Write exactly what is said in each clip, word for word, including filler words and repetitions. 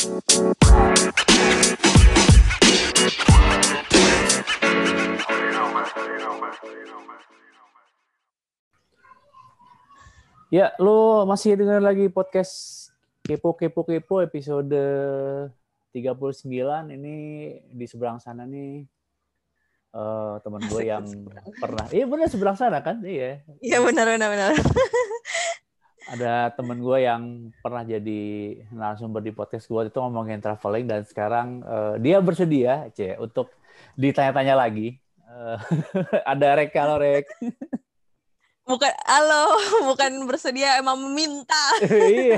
Ya, lu masih dengar lagi podcast Kepo Kepo Kepo episode tiga puluh sembilan. Ini di seberang sana nih uh, teman gue yang pernah, iya benar seberang sana kan? Iya. Iya benar benar benar. Ada teman gue yang pernah jadi narasumber di podcast gue itu ngomongin traveling dan sekarang uh, dia bersedia, C, untuk ditanya-tanya lagi. Uh, ada Rek, kalau Rek. Bukan, halo, bukan bersedia, emang meminta. Iya.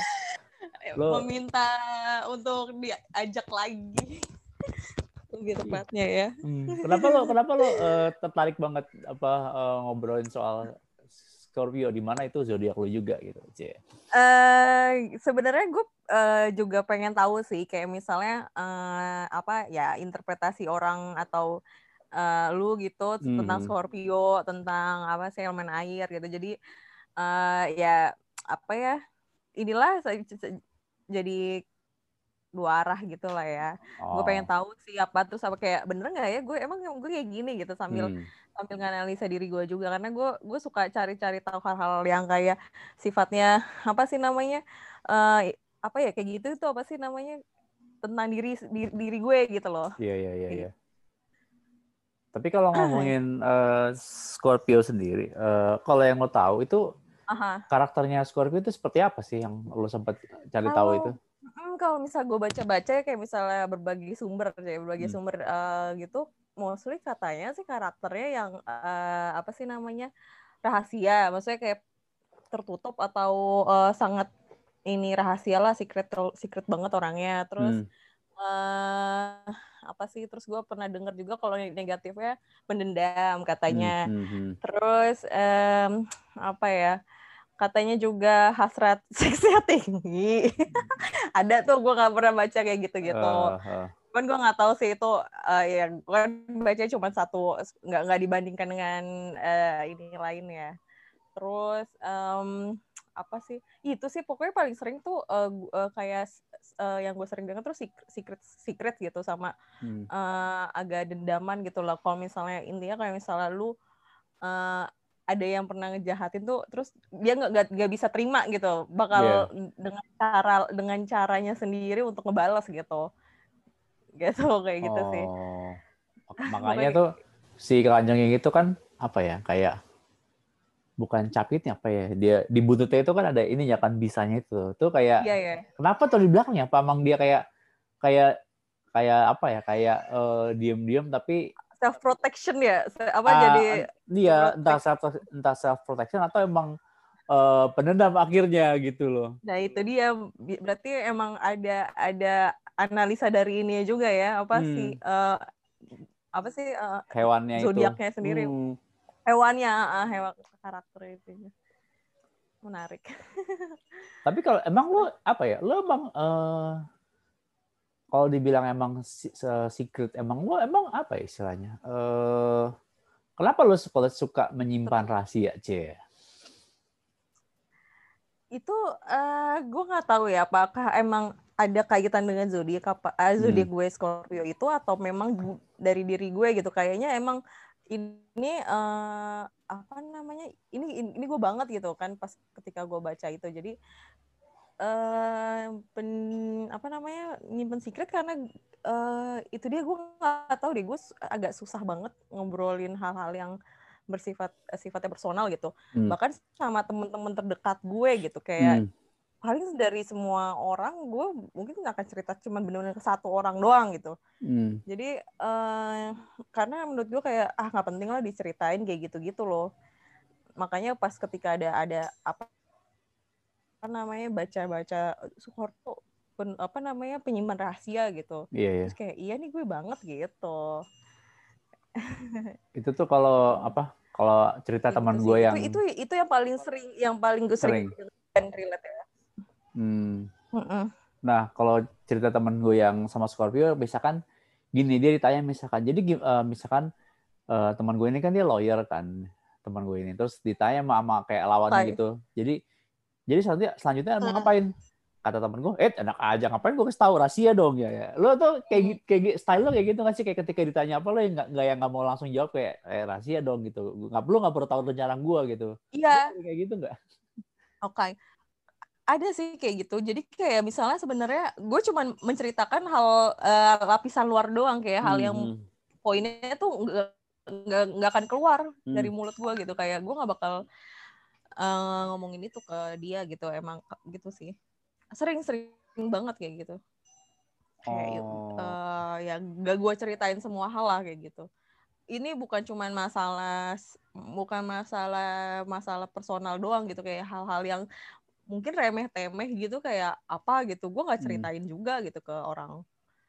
Lo, meminta untuk diajak lagi. Lebih tepatnya ya. Hmm. Kenapa lo, kenapa lo uh, tertarik banget apa uh, ngobrolin soal Scorpio, di mana itu zodiak lo juga gitu, C? Uh, sebenarnya gue uh, juga pengen tahu sih, kayak misalnya uh, apa ya interpretasi orang atau uh, lu gitu mm-hmm. tentang Scorpio, tentang apa sih elemen air gitu. Jadi uh, ya apa ya inilah jadi dua arah gitu lah ya. Oh. Gue pengen tahu sih apa terus apa kayak bener nggak ya gue emang gue kayak gini gitu sambil hmm. sambil nganalisa diri gue juga karena gue gue suka cari-cari tahu hal-hal yang kayak sifatnya apa sih namanya uh, apa ya kayak gitu itu apa sih namanya tentang diri diri, diri gue gitu loh. Iya iya iya. Gitu. Tapi kalau ngomongin uh, Scorpio sendiri, uh, kalau yang lo tahu itu Aha. karakternya Scorpio itu seperti apa sih yang lo sempat cari Halo. tahu itu? Hmm, kalau misal gue baca-baca kayak misalnya berbagi sumber, ya berbagi hmm. sumber uh, gitu, mostly katanya sih karakternya yang uh, apa sih namanya rahasia, maksudnya kayak tertutup atau uh, sangat ini rahasia lah, secret secret banget orangnya. Terus hmm. uh, apa sih? Terus gue pernah dengar juga kalau negatifnya pendendam katanya. Hmm. Hmm. Terus um, apa ya? Katanya juga hasrat seksnya tinggi. Ada tuh gue nggak pernah baca kayak gitu-gitu. Uh, uh. Cuman gue nggak tahu sih itu uh, yang gue baca cuma satu, nggak nggak dibandingkan dengan uh, ini lainnya. Terus um, apa sih? Itu sih pokoknya paling sering tuh uh, uh, kayak uh, yang gue sering dengar tuh secret secret gitu sama hmm. uh, agak dendaman gitu lah. Kalau misalnya intinya kayak misalnya lu uh, ada yang pernah ngejahatin tuh terus dia nggak nggak bisa terima gitu bakal yeah. dengan cara dengan caranya sendiri untuk ngebalas gitu gitu kayak gitu oh. sih makanya tuh si keranjang itu kan apa ya kayak bukan capitnya apa ya dia di buntutnya itu kan ada ininya kan bisanya itu tuh kayak yeah, yeah. kenapa tuh di belakangnya apa emang dia kayak kayak kayak apa ya kayak uh, diem-diem tapi self protection ya apa uh, jadi dia entah self entah self protection atau emang uh, pendendam akhirnya gitu loh. Nah itu dia berarti emang ada ada analisa dari ini juga ya apa hmm. sih uh, apa sih uh, hewannya zodiaknya itu. sendiri hmm. hewannya uh, hewan karakter itu menarik. Tapi kalau emang lo apa ya lo emang uh, kalau dibilang emang secret emang lo emang apa ya istilahnya? Uh, kenapa lo sekolah suka menyimpan rahasia, C? Itu uh, gue nggak tahu ya apakah emang ada kaitan dengan zodiak apa uh, zodiak hmm. gue Scorpio itu atau memang dari diri gue gitu kayaknya emang ini uh, apa namanya ini ini gue banget gitu kan pas ketika gue baca itu jadi Uh, pen, apa namanya nyimpen secret karena uh, itu dia gue nggak tahu deh gue agak susah banget ngobrolin hal-hal yang bersifat sifatnya personal gitu hmm. bahkan sama temen-temen terdekat gue gitu kayak hmm. paling dari semua orang gue mungkin nggak akan cerita cuman benar-benar ke satu orang doang gitu hmm. jadi uh, karena menurut gue kayak ah nggak penting lah diceritain kayak gitu-gitu loh makanya pas ketika ada ada apa apa namanya baca-baca Soeharto pen, apa namanya penyimpan rahasia gitu iya, iya. Terus kayak iya nih gue banget gitu itu tuh kalau apa kalau cerita kayak teman gitu gue sih. yang itu, itu itu yang paling sering yang paling gue sering, sering. dan relate ya hmm. Nah kalau cerita teman gue yang sama Scorpio misalkan gini dia ditanya misalkan jadi uh, misalkan uh, teman gue ini kan dia lawyer kan teman gue ini terus ditanya sama, sama kayak lawannya gitu jadi Jadi selanjutnya, selanjutnya mau ngapain? kata temen gue, eh enak aja ngapain gue kasih tahu rahasia dong ya. ya. Lo tuh kayak kayak style lo kayak gitu nggak sih, kayak ketika ditanya apa lo yang nggak nggak yang nggak mau langsung jawab kayak eh, rahasia dong gitu. Nggak perlu nggak perlu tahu rencana gue gitu. Iya. Kayak gitu nggak? Oke. Okay. Ada sih kayak gitu. Jadi kayak misalnya sebenarnya gue cuma menceritakan hal uh, lapisan luar doang, kayak hmm. hal yang poinnya tuh nggak nggak nggak akan keluar hmm. dari mulut gue gitu. Kayak gue nggak bakal uh, ngomongin itu ke dia gitu. Emang gitu sih. Sering-sering banget kayak gitu. Kayak oh. uh, ya gak gue ceritain semua hal lah kayak gitu. Ini bukan cuma masalah bukan masalah masalah personal doang gitu, kayak hal-hal yang mungkin remeh-temeh gitu kayak apa gitu, gue nggak ceritain hmm. juga gitu ke orang.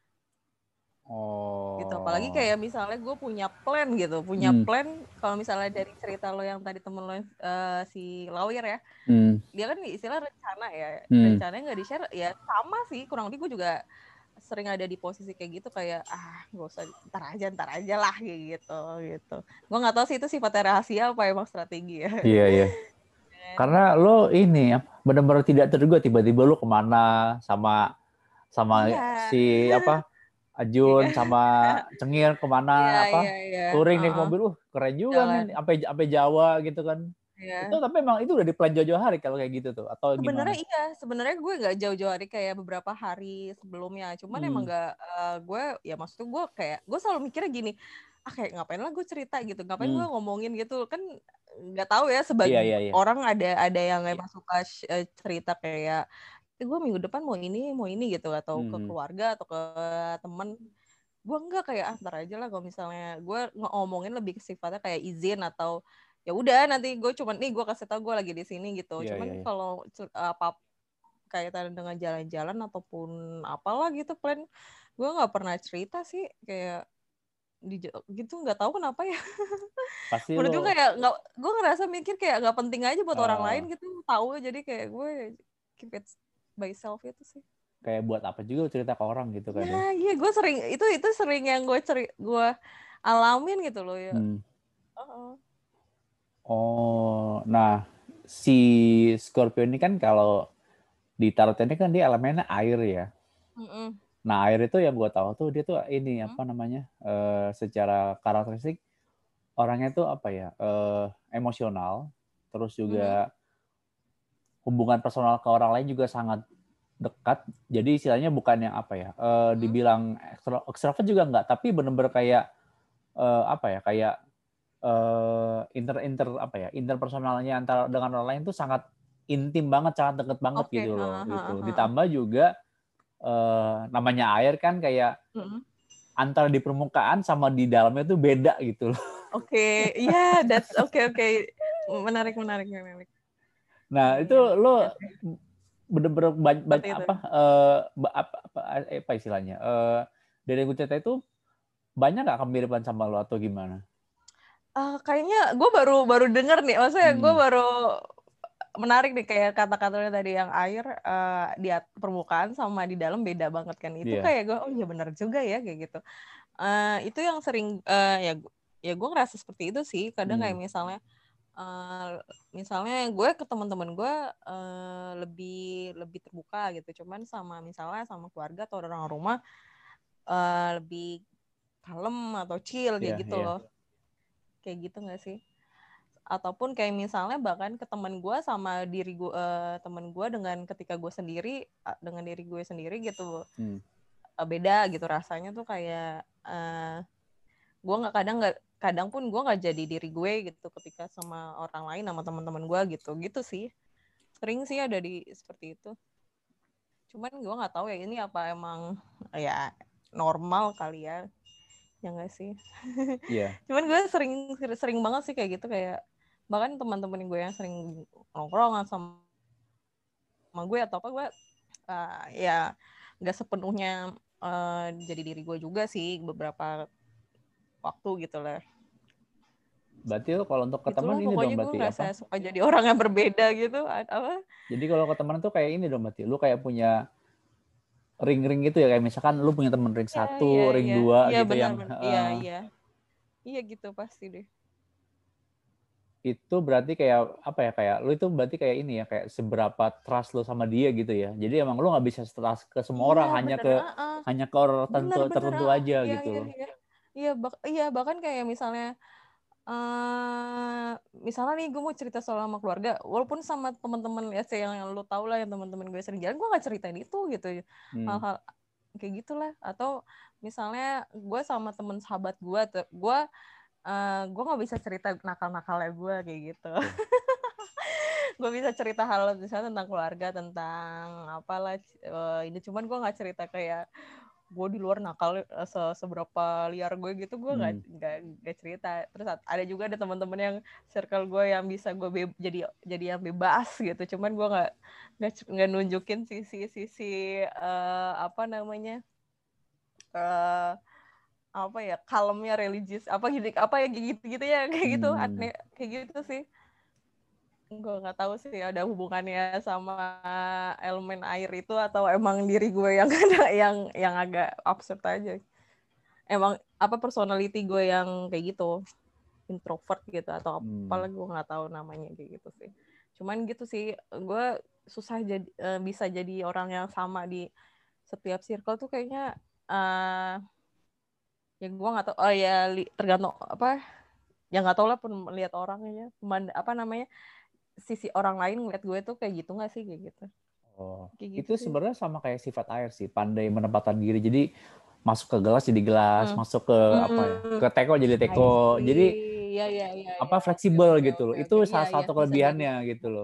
Oh. Gitu, apalagi kayak misalnya gue punya plan gitu, punya hmm. plan kalau misalnya dari cerita lo yang tadi temen lo uh, si lawyer ya, hmm. dia kan istilah rencana ya, hmm. rencananya nggak di-share ya, sama sih kurang lebih gue juga sering ada di posisi kayak gitu, kayak ah gak usah, ntar aja ntar aja lah kayak gitu gitu. Gue nggak tahu sih itu sifatnya rahasia apa emang strategi ya. Iya iya. Karena lo ini benar-benar tidak terduga, tiba-tiba lo kemana sama sama iya. si apa Ajun sama Cengir kemana iya, apa iya, iya. touring naik uh-huh. mobil, uh keren juga nih sampai sampai Jawa gitu kan. Iya. Itu tapi emang itu udah di plan jauh-jauh hari kalau kayak gitu tuh atau sebenarnya gimana? Iya, sebenarnya gue nggak jauh-jauh hari, kayak beberapa hari sebelumnya. Cuman hmm. emang nggak uh, gue ya maksudnya gue kayak gue selalu mikirnya gini, ah kayak ngapain lah gue cerita gitu, ngapain hmm. gue ngomongin gitu kan, nggak tahu ya sebagian iya, iya, iya. orang ada ada yang emang suka cerita kayak eh, gue minggu depan mau ini mau ini gitu, atau hmm. ke keluarga atau ke temen. Gue enggak, kayak ah ntar aja lah, kalau misalnya gue ngomongin lebih sifatnya kayak izin atau ya udah nanti gue cuman nih gue kasih tau gue lagi di sini gitu. Yeah, cuman yeah, yeah. kalau apa kaitan dengan jalan-jalan ataupun apalah gitu plan, gue nggak pernah cerita sih kayak di gitu, nggak tahu kenapa ya. Pasti menurut lo... gue kayak nggak, gue ngerasa mikir kayak nggak penting aja buat uh... orang lain gitu tahu, jadi kayak gue keep it by self itu sih. Kayak buat apa juga cerita ke orang gitu kan ya? Iya, gue sering itu itu sering yang gue ceri gue alamin gitu loh ya. Hmm. Uh-uh. Oh, nah si Scorpio ini kan kalau di tarot ini kan dia elemennya air ya. Mm-mm. Nah air itu yang gue tahu tuh dia tuh ini mm. apa namanya uh, secara karakteristik orangnya tuh apa ya uh, emosional, terus juga mm-hmm. hubungan personal ke orang lain juga sangat dekat. Jadi istilahnya bukan yang apa ya uh, mm. dibilang ekstrovert juga enggak, tapi benar-benar kayak uh, apa ya kayak uh, inter inter apa ya interpersonalnya antara dengan orang lain tuh sangat intim banget, sangat deket banget okay. gitu loh. Ha, gitu. Ha, ha. Ditambah juga uh, namanya air kan kayak mm-hmm. antara di permukaan sama di dalamnya tuh beda gitu loh. Oke, okay. iya, yeah, that's oke okay, oke, okay. menarik menarik menarik. Nah hmm, itu ya. lo bener-bener banyak, banyak apa, uh, apa apa apa istilahnya uh, dari gue cerita itu banyak nggak kemiripan sama lo atau gimana? Uh, kayaknya gue baru baru denger nih, maksudnya hmm. gue baru menarik nih kayak kata-katanya tadi yang air uh, di permukaan sama di dalam beda banget kan. Itu yeah. kayak gue oh iya benar juga ya kayak gitu. Uh, itu yang sering uh, ya ya gue ngerasa seperti itu sih. Kadang hmm. kayak misalnya uh, misalnya gue ke teman-teman gue uh, lebih lebih terbuka gitu. Cuman sama misalnya sama keluarga atau orang rumah uh, lebih kalem atau chill kayak yeah, gitu yeah. loh. Kayak gitu nggak sih? Ataupun kayak misalnya bahkan ke teman gue sama diri gue uh, teman gue dengan ketika gue sendiri dengan diri gue sendiri gitu hmm. uh, beda gitu rasanya tuh kayak uh, gue nggak kadang nggak kadang pun gue nggak jadi diri gue gitu ketika sama orang lain, sama teman-teman gue gitu gitu sih, sering sih ada di seperti itu. Cuman gue nggak tahu ya ini apa emang ya normal kali ya, ya nggak sih? Iya. Yeah. Cuman gue sering sering banget sih kayak gitu, kayak bahkan teman-teman gue yang sering nongkrong sama sama gue atau apa gue uh, ya nggak sepenuhnya uh, jadi diri gue juga sih beberapa waktu gitu lah. Berarti lo kalau untuk ke teman ini dong berarti gue apa? Suka jadi orang yang berbeda gitu apa? Jadi kalau ke teman tuh kayak ini dong berarti lo kayak punya ring-ring gitu ya, kayak misalkan lo punya teman ring ya, satu, ya, ring ya. dua ya, gitu benar, yang benar. Iya uh, iya iya gitu pasti deh. itu berarti kayak apa ya, kayak lu itu berarti kayak ini ya, kayak seberapa trust lu sama dia gitu ya. Jadi emang lu nggak bisa trust ke semua Iya orang, hanya bener, ke uh-uh. hanya ke orang tertentu, bener bener tertentu uh, aja iya gitu iya loh. iya iya bah iya bahkan kayak misalnya uh, misalnya nih gue mau cerita soal sama keluarga, walaupun sama teman-teman ya yang, yang lu tau lah, yang teman-teman gue sering jalan, gue nggak ceritain itu gitu, hmm. hal-hal kayak gitulah. Atau misalnya gue sama temen sahabat gue, gue uh, gue nggak bisa cerita nakal-nakalnya gue kayak gitu. Yeah. Gue bisa cerita hal misalnya tentang keluarga, tentang apalah uh, ini, cuman gue nggak cerita kayak gue di luar nakal se seberapa liar gue gitu, gue nggak hmm. nggak nggak cerita. Terus ada juga ada teman-teman yang circle gue yang bisa gue be- jadi jadi yang bebas gitu, cuman gue nggak nggak nggak nunjukin sisi sisi uh, apa namanya uh, apa ya kalemnya religius apa gitu apa ya gitu gitu ya kayak hmm. gitu aneh kayak gitu sih. Gue nggak tahu sih ada hubungannya sama elemen air itu atau emang diri gue yang ada yang yang agak absurd aja. Emang apa personality gue yang kayak gitu, introvert gitu atau hmm. apalah, gue nggak tahu namanya kayak gitu sih. Cuman gitu sih, gue susah jadi bisa jadi orang yang sama di setiap circle tuh kayaknya. Uh, ya gue nggak tahu. Oh ya tergantung apa? Ya nggak tahu lah pun melihat orangnya, apa namanya? Sisi orang lain ngeliat gue tuh kayak gitu nggak sih kayak gitu. Oh, kayak gitu itu sebenarnya sama kayak sifat air sih, pandai menempatkan diri. Jadi masuk ke gelas jadi gelas, hmm. masuk ke hmm. apa ya, ke teko jadi teko. Jadi ya, ya, ya, apa ya. fleksibel okay, gitu loh. Okay, itu okay. salah ya, satu ya, kelebihannya gitu loh.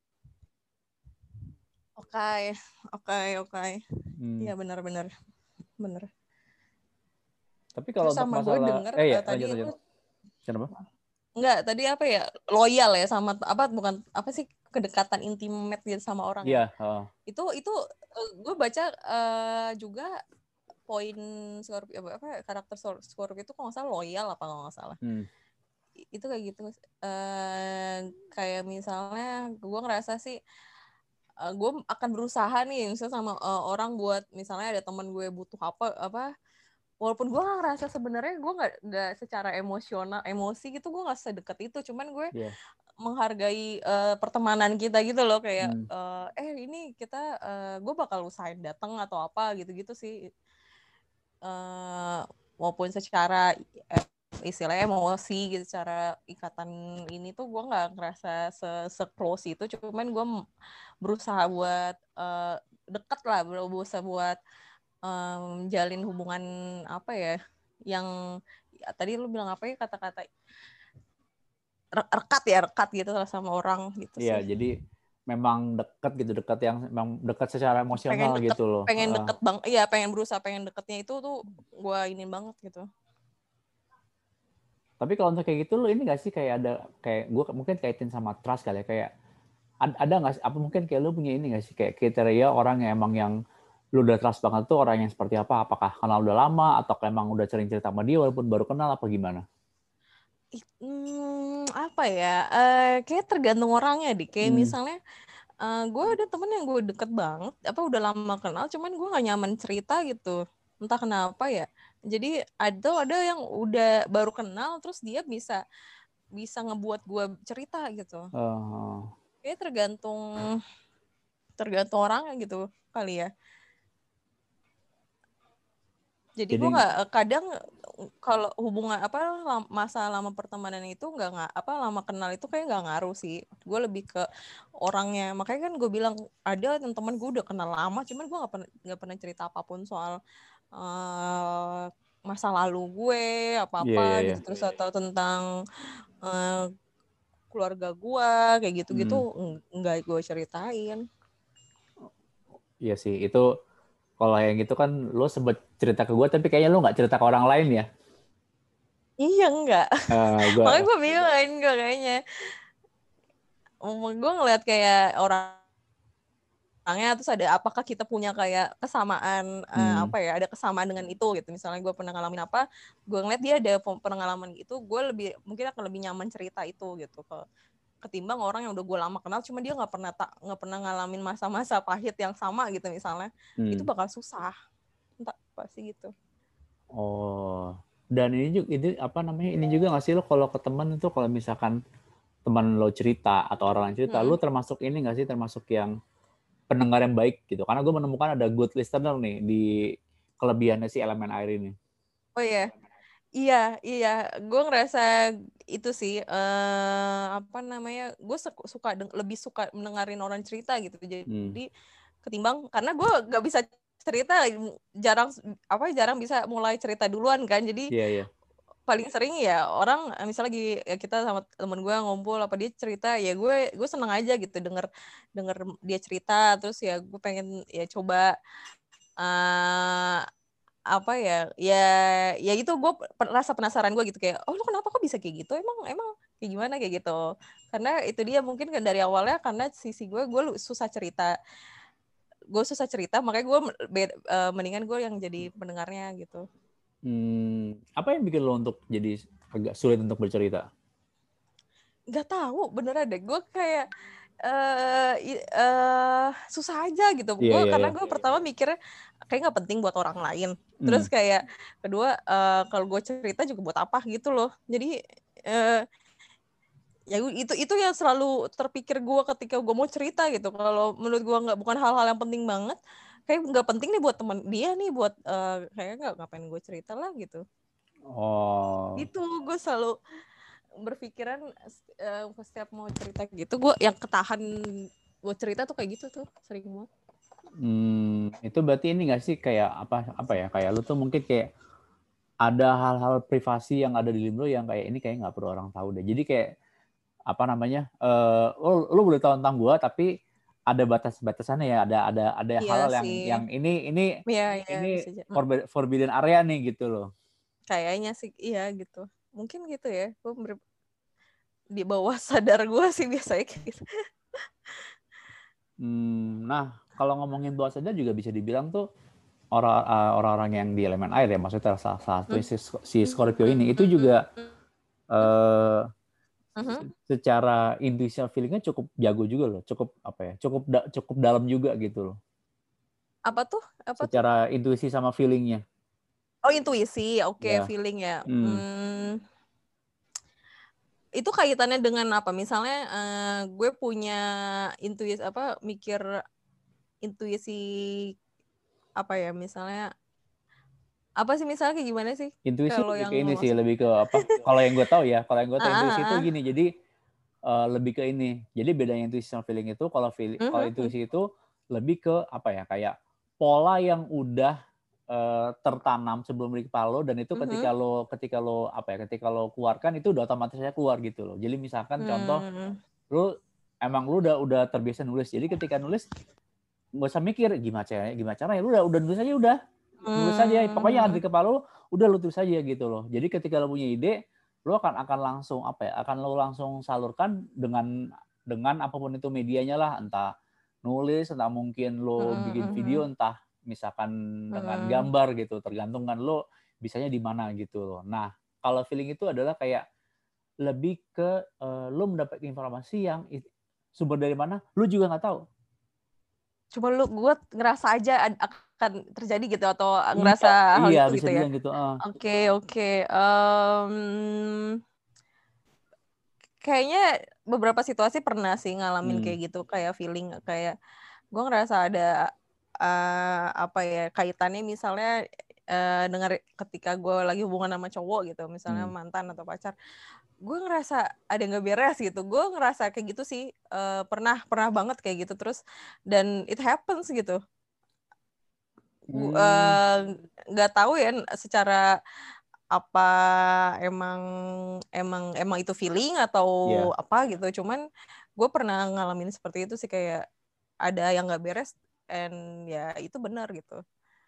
Oke, oke, oke. Iya benar-benar, benar. Tapi kalau untuk sama masalah, gue denger, eh ya, uh, tadi lanjut, lanjut. Kenapa? Enggak, tadi apa ya, loyal ya sama apa bukan apa sih kedekatan intimate gitu sama orang yeah, ya. uh. Itu itu uh, gue baca uh, juga poin Scorpio apa karakter Scorpio itu kalau nggak salah loyal apa kalau nggak salah. Hmm. Itu kayak gitu. Uh, kayak misalnya gue ngerasa sih uh, gue akan berusaha nih misalnya sama uh, orang buat misalnya ada teman gue butuh apa apa walaupun gue nggak ngerasa sebenarnya gue nggak nggak secara emosional emosi gitu gue nggak sedekat itu, cuman gue yeah. menghargai uh, pertemanan kita gitu loh kayak hmm. uh, eh ini kita uh, gue bakal usahain datang atau apa gitu-gitu sih, uh, walaupun secara eh, istilahnya emosi gitu, secara ikatan ini tuh gue nggak ngerasa se close itu, cuman gue berusaha buat uh, dekat lah, berusaha buat Um, jalin hubungan apa ya yang ya, tadi lu bilang apa ya kata-kata rekat ya rekat gitu sama orang gitu iya, sih. Jadi memang dekat gitu, dekat yang memang dekat secara emosional pengen deket, gitu loh. Pengen deket uh. bang, iya pengen berusaha pengen deketnya itu tuh gue ini banget gitu. Tapi kalau untuk kayak gitu lu ini nggak sih kayak ada kayak gue mungkin kaitin sama trust kali ya, kayak ada nggak apa mungkin kayak lu punya ini nggak sih kayak kriteria orang yang emang yang lu udah trust banget tuh orang yang seperti apa? Apakah kenal udah lama atau emang udah sering cerita sama dia walaupun baru kenal apa gimana? Hmm, apa ya? Uh, kayak tergantung orangnya deh. Kayak hmm. misalnya uh, gue ada temen yang gue deket banget, apa udah lama kenal, cuman gue nggak nyaman cerita gitu. Entah kenapa ya. Jadi ada ada yang udah baru kenal terus dia bisa bisa ngebuat gue cerita gitu. Uh. Kayak tergantung tergantung orangnya gitu kali ya. Jadi, Jadi gue nggak kadang kalau hubungan apa masa lama pertemanan itu nggak nggak apa lama kenal itu kayak nggak ngaruh sih. Gue lebih ke orangnya. Makanya kan gue bilang ada teman-teman gue udah kenal lama, cuman gue nggak pernah nggak pernah cerita apapun soal uh, masa lalu gue apa apa yeah, yeah, gitu yeah. Terus atau tentang uh, keluarga gue kayak gitu-gitu hmm. nggak gue ceritain. Iya sih itu. Kalau yang gitu kan lo sempet cerita ke gue, tapi kayaknya lo nggak cerita ke orang lain ya? Iya, enggak. Uh, gua... Makanya gue bingung enggak kayaknya. Gue ngeliat kayak orangnya, terus ada apakah kita punya kayak kesamaan, hmm. uh, apa ya, ada kesamaan dengan itu gitu. Misalnya gue pernah ngalamin apa, gue ngeliat dia ada pengalaman gitu, gue lebih mungkin akan lebih nyaman cerita itu gitu ke ketimbang orang yang udah gue lama kenal, cuma dia nggak pernah tak nggak pernah ngalamin masa-masa pahit yang sama gitu misalnya, hmm. itu bakal susah. Entah pasti gitu. Oh, dan ini juga ini apa namanya ini juga nggak sih lo kalau ke teman itu kalau misalkan teman lo cerita atau orang lain cerita, hmm. lo termasuk ini nggak sih, termasuk yang pendengar yang baik gitu? Karena gue menemukan ada good listener nih di kelebihannya si elemen air ini. Oh iya, iya, iya. Gue ngerasa itu sih, uh, apa namanya, gue suka lebih suka mendengarin orang cerita gitu. Jadi hmm. ketimbang, karena gue nggak bisa cerita, jarang apa jarang bisa mulai cerita duluan kan, jadi yeah, yeah. paling sering ya orang misalnya lagi ya kita sama temen gue ngumpul apa dia cerita, ya gue gue seneng aja gitu denger denger dia cerita, terus ya gue pengen ya coba uh, apa ya ya ya itu gue rasa penasaran gue gitu, kayak oh lu kenapa kok bisa kayak gitu, emang emang kayak gimana kayak gitu, karena itu dia mungkin kan dari awalnya karena sisi gue gue susah cerita gue susah cerita makanya gue uh, mendingan gue yang jadi pendengarnya gitu. Hmm, apa yang bikin lo untuk jadi agak sulit untuk bercerita? Gak tahu, beneran deh, gue kayak uh, uh, susah aja gitu. Yeah, gue yeah, karena yeah. gue pertama mikirnya kayak nggak penting buat orang lain. Hmm. Terus kayak kedua uh, kalau gue cerita juga buat apa gitu loh. Jadi uh, ya itu itu yang selalu terpikir gue ketika gue mau cerita gitu. Kalau menurut gue nggak, bukan hal-hal yang penting banget, kayak nggak penting nih buat teman dia nih, buat uh, kayak nggak ngapain gue cerita lah gitu. Oh. Itu gue selalu berpikiran uh, setiap mau cerita gitu, gue yang ketahan buat cerita tuh kayak gitu tuh sering banget. Hmm, itu berarti ini nggak sih kayak apa apa ya, kayak lu tuh mungkin kayak ada hal-hal privasi yang ada di diri lu yang kayak ini kayak nggak perlu orang tahu deh. Jadi kayak apa namanya, uh, lu lu boleh tahu tentang gua tapi ada batas-batasannya ya, ada ada ada iya hal yang sih. yang ini ini ya, ya, ini forbidden, forbidden area nih gitu loh. Kayaknya sih iya gitu. Mungkin gitu ya. Gue ber- di bawah sadar gue sih biasanya gitu. Hmm, nah, kalau ngomongin bawah sadar juga bisa dibilang tuh orang orang-orang yang di elemen air ya, maksudnya salah satu hmm. si, si Scorpio ini itu juga uh, uh-huh. secara intuisi feelingnya cukup jago juga loh, cukup apa ya, cukup da, cukup dalam juga gitu loh. Apa tuh? Apa secara tuh? intuisi sama feelingnya. Oh intuisi, oke okay, ya. feeling ya. Hmm. Hmm. Itu kaitannya dengan apa? Misalnya uh, gue punya intuisi apa, mikir intuisi apa ya, misalnya apa sih, misalnya kayak gimana sih? Intuisi kalau lebih yang ke ini maksud... sih, lebih ke apa? Kalau yang gue tahu ya, kalau yang gue tahu intuisi itu gini, jadi uh, lebih ke ini. Jadi bedanya intuisi sama feeling itu, kalau feeling, uh-huh. kalau intuisi itu lebih ke apa ya? Kayak pola yang udah uh, tertanam sebelum di kepala lo, dan itu uh-huh. ketika lo ketika lo apa ya? Ketika lo keluarkan itu udah otomatis aja keluar gitu loh. Jadi misalkan hmm. contoh, lo emang lo udah udah terbiasa nulis. Jadi ketika nulis nggak usah mikir gimana caranya, gimana caranya, lu udah udah nulis aja udah. Nulis aja, pokoknya yang ada di kepala lu udah lu tulis aja gitu loh. Jadi ketika lu punya ide, lu akan akan langsung apa ya? Akan lu langsung salurkan dengan dengan apapun itu medianya lah, entah nulis, entah mungkin lu hmm, bikin video, entah misalkan hmm. dengan gambar gitu, tergantung kan lu bisanya di mana gitu loh. Nah, kalau feeling itu adalah kayak lebih ke uh, lu mendapat informasi yang sumber dari mana lu juga nggak tahu. Cuma lu gue ngerasa aja akan terjadi gitu, atau ngerasa iya, hal iya, itu bisa gitu ya. gitu. Uh. Oke oke. Um, kayaknya beberapa situasi pernah sih ngalamin hmm. kayak gitu, kayak feeling kayak gue ngerasa ada uh, apa ya kaitannya, misalnya uh, dengar ketika gue lagi hubungan sama cowok gitu, misalnya hmm. mantan atau pacar, gue ngerasa ada nggak beres gitu. Gue ngerasa kayak gitu sih, uh, pernah pernah banget kayak gitu terus, dan it happens gitu. Nggak hmm. uh, tahu ya secara apa, emang emang emang itu feeling atau yeah. apa gitu. Cuman gue pernah ngalamin seperti itu sih, kayak ada yang nggak beres, and ya itu benar gitu.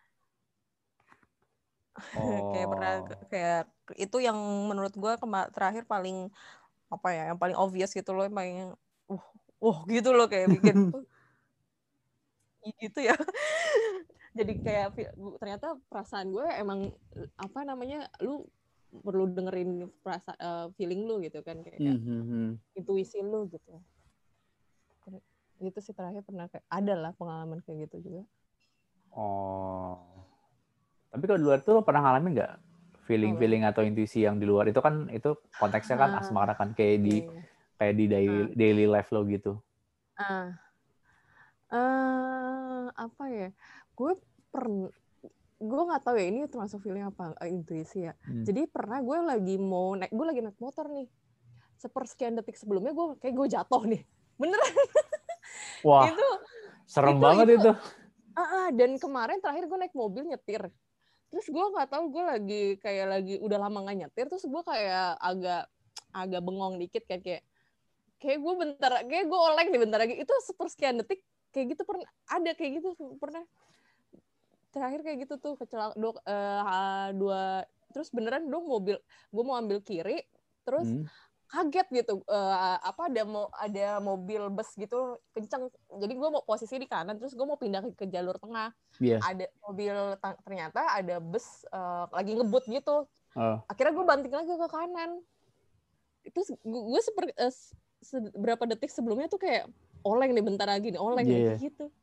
Oh. kayak pernah kayak itu yang menurut gue kema- terakhir paling apa ya, yang paling obvious gitu loh, yang paling uh uh gitu loh, kayak bikin uh, gitu ya. Jadi kayak ternyata perasaan gue emang apa namanya, lu perlu dengerin perasaan uh, feeling lu gitu kan, kayak mm-hmm. intuisi lu gitu. Itu sih terakhir pernah kayak ada lah pengalaman kayak gitu juga. Oh. Tapi kalau di luar tuh lo pernah ngalamin nggak feeling-feeling atau intuisi yang di luar itu kan, itu konteksnya kan asmara kan, kayak di yeah. kayak di daily, uh. daily life lo gitu? Ah, uh, uh, apa ya? Gue pernah, gue nggak tahu ya ini termasuk feeling apa uh, intuisi ya. Hmm. Jadi pernah gue lagi mau naik, gue lagi naik motor nih. Sepersekian detik sebelumnya gue kayak gue jatuh nih, beneran. Wah, itu serem itu, banget itu. itu. Uh, uh, dan kemarin terakhir gue naik mobil nyetir. Terus gue nggak tahu gue lagi kayak lagi udah lama nggak nyetir, terus gue kayak agak agak bengong dikit kayak kayak kayak gue bentar kayak gue oleng nih bentar lagi. Itu sepersekian detik kayak gitu pernah ada kayak gitu pernah. Terakhir kayak gitu tuh kecelakaan dua, uh, dua terus beneran dong mobil gue mau ambil kiri terus hmm. kaget gitu uh, apa ada mau ada mobil bus gitu kenceng jadi gue mau posisi di kanan terus gue mau pindah ke, ke jalur tengah yeah. Ada mobil ternyata ada bus uh, lagi ngebut gitu uh. Akhirnya gue banting lagi ke kanan itu gue seperti uh, seberapa detik sebelumnya tuh kayak oleng nih bentar lagi nih oleng yeah. nih gitu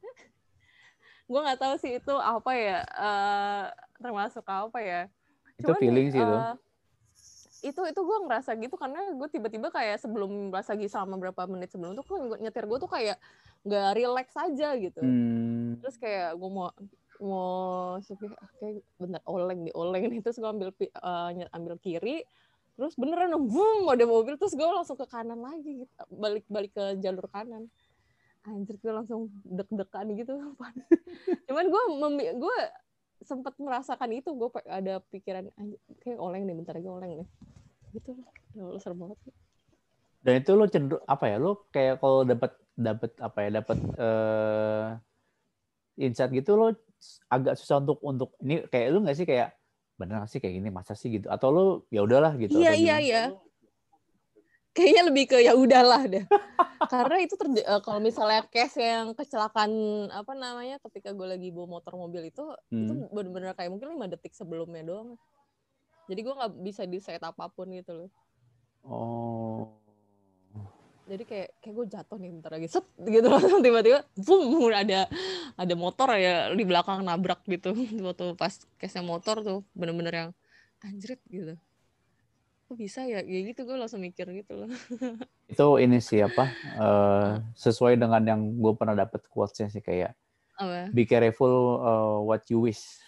gue nggak tahu sih itu apa ya uh, termasuk apa ya itu cuman, feeling sih uh, itu itu itu gue ngerasa gitu karena gue tiba-tiba kayak sebelum lagi selama berapa menit sebelum itu gue nyetir gue tuh kayak nggak relax aja gitu hmm. Terus kayak gue mau mau kayak bentar oleng nih oleng nih terus gue ambil uh, ambil kiri terus beneran boom ada mobil terus gue langsung ke kanan lagi gitu. balik balik ke jalur kanan anjir gue langsung deg-degan gitu cuman gue gue sempat merasakan itu gue ada pikiran kayak oleng nih bentar lagi oleng nih gitu lo serem banget dan itu lo cenderung apa ya lo kayak kalau dapat dapat apa ya dapat uh, insight gitu lo agak susah untuk untuk ini kayak lo nggak sih kayak bener nggak sih kayak gini masa sih gitu atau lo ya udahlah gitu iya iya iya kayaknya lebih ke ya udahlah deh karena itu terjadi uh, kalau misalnya case yang kecelakaan apa namanya ketika gue lagi bawa motor mobil itu hmm. Itu benar-benar kayak mungkin lima detik sebelumnya doang jadi gue nggak bisa di-set apapun gitu loh oh jadi kayak kayak gue jatuh nih bentar lagi set gitu langsung tiba-tiba boom ada ada motor ya di belakang nabrak gitu waktu pas case-nya motor tuh bener-bener yang anjrit gitu kok bisa ya kayak gitu gue langsung mikir gitu loh itu ini sih apa uh, sesuai dengan yang gue pernah dapet quotes-nya sih kayak apa? Be careful uh, what you wish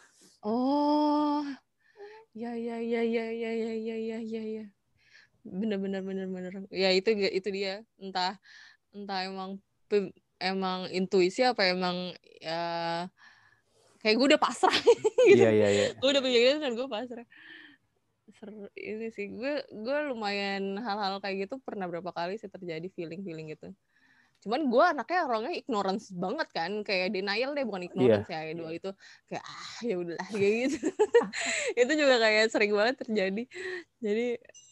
oh ya ya ya ya ya ya ya ya ya ya bener-bener bener-bener ya itu itu dia entah entah emang emang intuisi apa emang ya kayak gue udah pasrah gitu yeah, yeah, yeah. Gue udah punya dan gue pasrah Ser, ini sih gue gue lumayan hal-hal kayak gitu pernah berapa kali sih terjadi feeling-feeling gitu cuman gue anaknya orangnya ignorance banget kan kayak denial deh bukan ignorance yeah. Ya dua itu kayak ah ya udahlah kayak gitu itu juga kayak sering banget terjadi jadi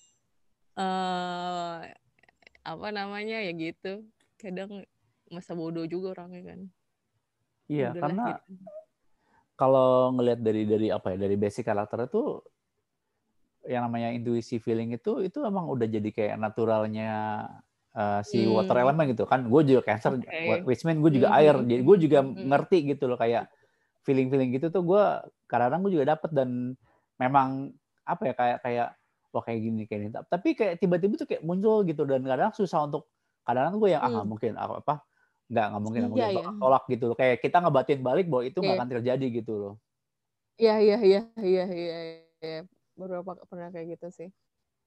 uh, apa namanya ya gitu kadang masa bodoh juga orangnya kan iya ya karena gitu. Kalau ngelihat dari dari apa ya dari basic karakter itu yang namanya intuisi feeling itu itu emang udah jadi kayak naturalnya uh, si hmm. water element gitu kan gue juga Cancer okay. which mean gue juga mm-hmm. air jadi gue juga mm-hmm. ngerti gitu loh kayak feeling-feeling gitu tuh gue kadang-kadang gue juga dapet dan memang apa ya kayak kayak wah kayak gini kayak gini tapi kayak tiba-tiba tuh kayak muncul gitu dan kadang susah untuk kadang-kadang gue yang ah nggak hmm. mungkin apa apa nggak nggak mungkin nggak mungkin yeah. tolak gitu loh kayak kita ngebatin balik bahwa itu nggak yeah. akan terjadi gitu loh iya iya iya iya iya beberapa pernah kayak gitu sih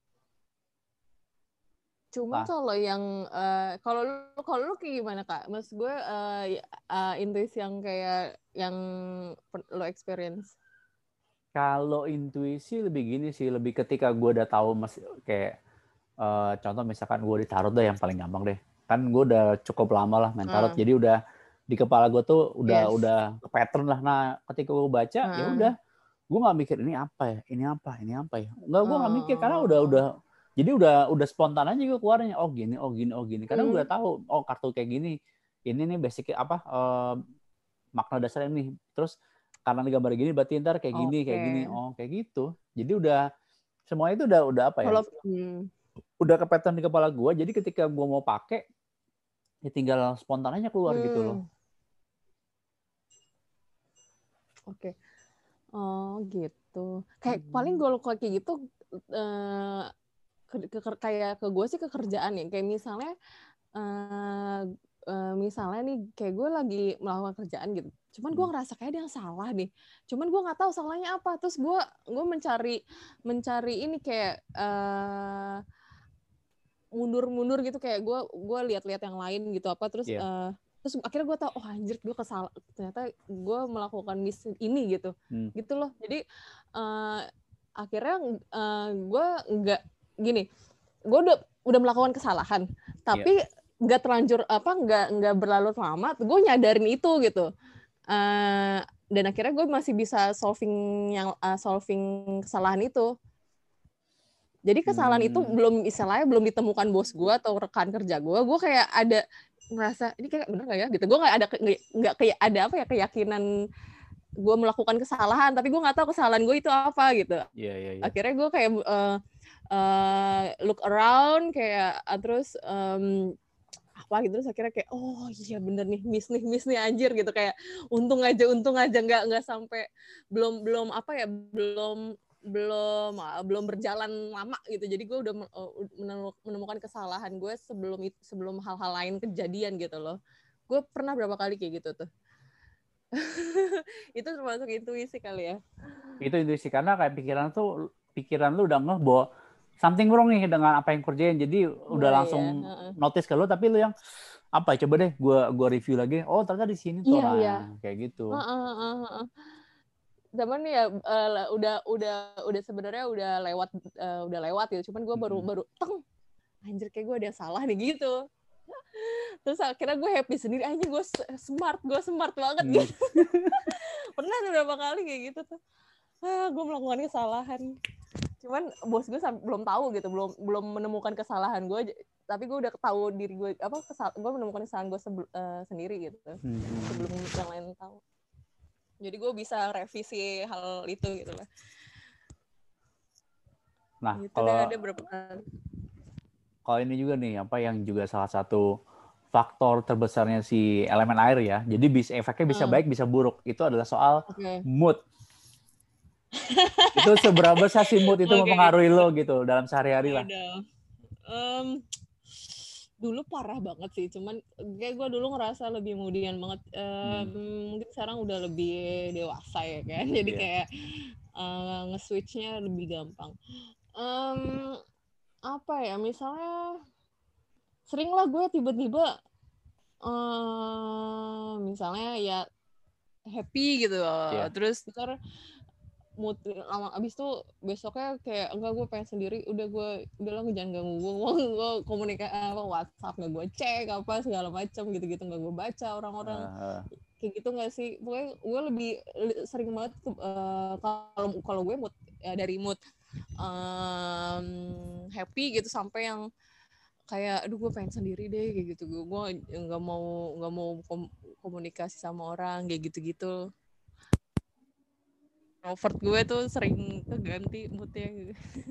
Cuma nah. kalau yang uh, kalau lu kalau lu kayak gimana Kak? Mas gue uh, uh, intuisi yang kayak yang lo experience. Kalau intuisi lebih gini sih, lebih ketika gue udah tahu mas kayak uh, contoh misalkan gue di tarot deh yang paling gampang deh. Kan gue udah cukup lama lah main tarot, uh. jadi udah di kepala gue tuh udah yes. udah ke pattern lah. Nah, ketika gue baca uh. ya udah gue nggak mikir ini apa ya, ini apa, ini apa ya. Enggak, gue nggak mikir karena udah udah jadi udah udah spontan aja juga keluarnya. Oh gini, oh gini, oh gini. Karena hmm. gue udah tahu, oh kartu kayak gini, ini nih basic apa uh, makna dasarnya nih. Terus karena digambar gini berarti ntar kayak gini, okay. kayak gini. Oh kayak gitu. Jadi udah semuanya itu udah udah apa ya? Kalau, hmm. udah ke pattern di kepala gue. Jadi ketika gue mau pakai, ya tinggal spontan aja keluar hmm. gitu loh. Oke. Okay. Oh gitu. Kayak hmm. paling gue kayak gitu. Uh, ke, ke, kayak ke gue sih ke kerjaan ya, kayak misalnya uh, uh, misalnya nih kayak gue lagi melakukan kerjaan gitu, cuman gue ngerasa kayak ada yang salah nih, cuman gue nggak tahu salahnya apa, terus gue gue mencari mencari ini kayak uh, mundur-mundur gitu, kayak gue gue lihat-lihat yang lain gitu apa, terus yeah. uh, terus akhirnya gue tau, oh anjir gue kesal, ternyata gue melakukan miss ini gitu, hmm. gitu loh. Jadi uh, akhirnya uh, gue nggak gini, gue udah udah melakukan kesalahan, tapi nggak yeah. terlanjur apa nggak nggak berlarut lama, gue nyadarin itu gitu. Uh, dan akhirnya gue masih bisa solving yang uh, solving kesalahan itu. Jadi kesalahan hmm. itu belum istilahnya belum ditemukan bos gue atau rekan kerja gue, gue kayak ada ngerasa ini kayak bener nggak ya gitu. Gue nggak ada nggak kayak ada apa ya keyakinan gue melakukan kesalahan, tapi gue nggak tahu kesalahan gue itu apa gitu. Yeah, yeah, yeah. Akhirnya gue kayak uh, uh, look around kayak uh, terus um, apa gitu, terus akhirnya kayak oh iya bener nih, miss nih miss nih anjir gitu, kayak untung aja untung aja nggak nggak sampai belum belum apa ya belum belum belum berjalan lama gitu, jadi gue udah menemukan kesalahan gue sebelum sebelum hal-hal lain kejadian gitu loh. Gue pernah berapa kali kayak gitu tuh. Itu termasuk intuisi kali ya. Itu intuisi karena kayak pikiran tuh pikiran lu udah ngeh bahwa something wrong nih dengan apa yang kerjain, jadi udah oh, langsung iya. notice ke lu, tapi lu yang apa coba deh gue gue review lagi, oh ternyata di sini tuh, iya, nah iya. kayak gitu. Uh, uh, uh, uh. Zaman ya uh, udah udah udah sebenarnya udah lewat uh, udah lewat gitu, cuman gue baru hmm. baru teng anjir kayak gue ada yang salah nih gitu. Terus akhirnya gue happy sendiri, aja gue smart gue smart banget hmm. gitu. Pernah beberapa kali kayak gitu tuh, ah, gue melakukan kesalahan, cuman bos gue belum tahu gitu, belum belum menemukan kesalahan gue, tapi gue udah tahu diri gue apa kesal gue menemukan kesalahan gue sebel, uh, sendiri gitu hmm. sebelum yang lain tahu. Jadi gue bisa revisi hal itu gitu lah. Nah, gitu kalau ada berapa kali. Kalau ini juga nih, apa yang juga salah satu faktor terbesarnya si elemen air ya. Jadi bisa efeknya bisa hmm. baik, bisa buruk. Itu adalah soal okay. mood. Itu seberapa besar sih mood itu okay. mempengaruhi lo gitu dalam sehari-hari lah. Um, dulu parah banget sih, cuman kayak gue dulu ngerasa lebih moodian banget. Um, hmm. Mungkin sekarang udah lebih dewasa ya kan, jadi yeah. kayak uh, nge-switch-nya lebih gampang. Um, apa ya, misalnya sering lah gue tiba-tiba uh, misalnya ya happy gitu, yeah. terus ntar mood lama abis tuh besoknya kayak enggak, gue pengen sendiri, udah gue udah lah jangan ganggu gue, gue komunikasi apa WhatsApp nggak gue cek apa segala macam gitu-gitu, nggak gue baca orang-orang uh. kayak gitu nggak sih, pokoknya gue lebih sering banget kalau uh, kalau gue mood ya, dari mood um, happy gitu sampai yang kayak aduh gue pengen sendiri deh kayak gitu, gue gue nggak mau nggak mau kom- komunikasi sama orang kayak gitu-gitu. Introvert gue tuh sering keganti moodnya gitu.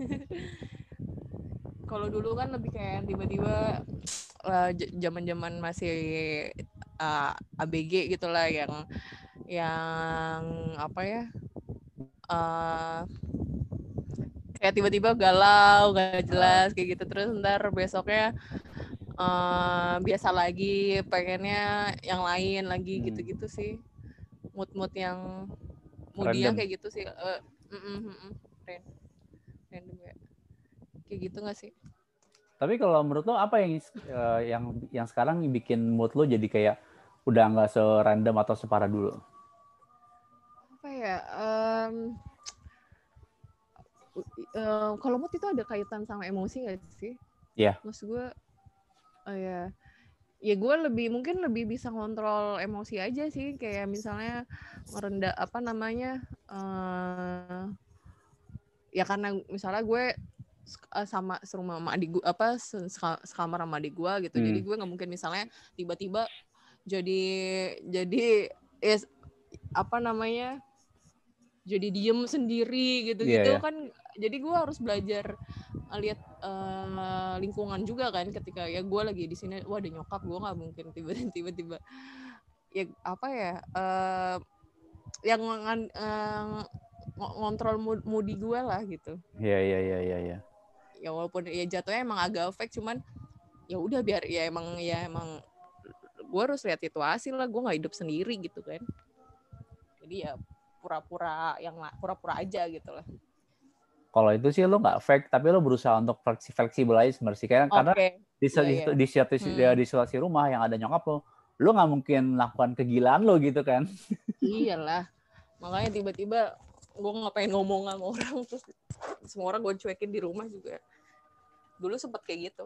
Kalau dulu kan lebih kayak tiba-tiba uh, zaman-zaman masih uh, A B G gitulah, yang yang apa ya uh, kayak tiba-tiba galau gak jelas kayak gitu, terus ntar besoknya uh, biasa lagi, pengennya yang lain lagi, hmm. gitu-gitu sih mood-mood yang moodinya kayak gitu sih. uh, mm, mm, mm, random random ya kayak gitu nggak sih? Tapi kalau menurut lo apa yang uh, yang yang sekarang bikin mood lo jadi kayak udah nggak serandom atau separah dulu? Apa ya, um, uh, kalau mood itu ada kaitan sama emosi nggak sih? Iya. Yeah. Maksud gue oh ya ya gue lebih mungkin lebih bisa ngontrol emosi aja sih, kayak misalnya merendah apa namanya uh, ya karena misalnya gue sama serumah sama adik gue apa sekamar sama adik gue gitu, hmm. jadi gue nggak mungkin misalnya tiba-tiba jadi jadi is, apa namanya jadi diem sendiri gitu-gitu yeah, yeah. kan, jadi gue harus belajar lihat uh, lingkungan juga kan, ketika ya gue lagi di sini, wah ada nyokap, gue nggak mungkin tiba-tiba ya apa ya uh, yang uh, ngontrol mood, moodi gue lah gitu. Iya iya iya iya. ya walaupun ya jatuhnya emang agak fake, cuman ya udah biar ya emang ya emang gue harus lihat situasi lah, gue nggak hidup sendiri gitu kan, jadi ya pura-pura yang pura-pura aja gitu lah. Kalau itu sih lo nggak fake, tapi lo berusaha untuk fleksibel aja sebenarnya. Karena, okay. karena di, yeah, di, yeah. di, di, hmm. di situasi rumah yang ada nyokap lo, lo nggak mungkin melakukan kegilaan lo gitu kan. Iyalah, makanya tiba-tiba gue nggak pengen ngomong sama orang, terus semua orang gue cuekin di rumah juga. Dulu sempet kayak gitu.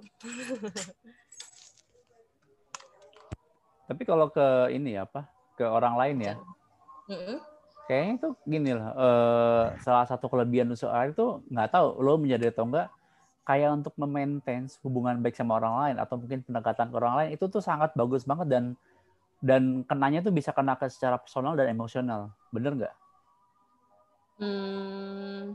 Tapi kalau ke ini apa, ke orang lain ya, mm-hmm. kayaknya itu gini lah, uh, salah satu kelebihan usaha itu nggak tahu lo menjadi atau enggak, kayak untuk memaintain hubungan baik sama orang lain atau mungkin pendekatan ke orang lain itu tuh sangat bagus banget, dan dan kenanya tuh bisa kena ke secara personal dan emosional, bener nggak? Hmm,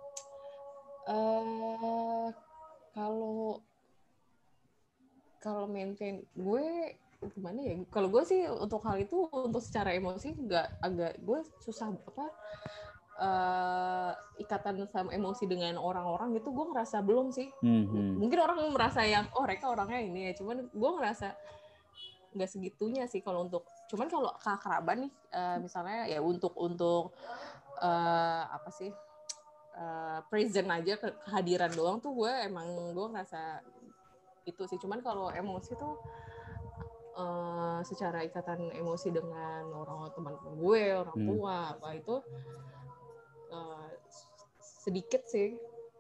uh, kalau kalau maintain gue gimana ya? Kalau gue sih untuk hal itu, untuk secara emosi nggak, agak gue susah apa uh, ikatan sama emosi dengan orang-orang gitu, gue ngerasa belum sih. Mm-hmm. Mungkin orang merasa yang oh mereka orangnya ini ya, cuman gue ngerasa nggak segitunya sih kalau untuk. Cuman kalau keakraban nih, uh, misalnya ya untuk untuk uh, apa sih uh, present aja, ke- kehadiran doang tuh gue emang gue ngerasa itu sih. Cuman kalau emosi tuh uh, secara ikatan emosi dengan orang teman-teman gue, orang tua hmm. apa itu uh, sedikit sih.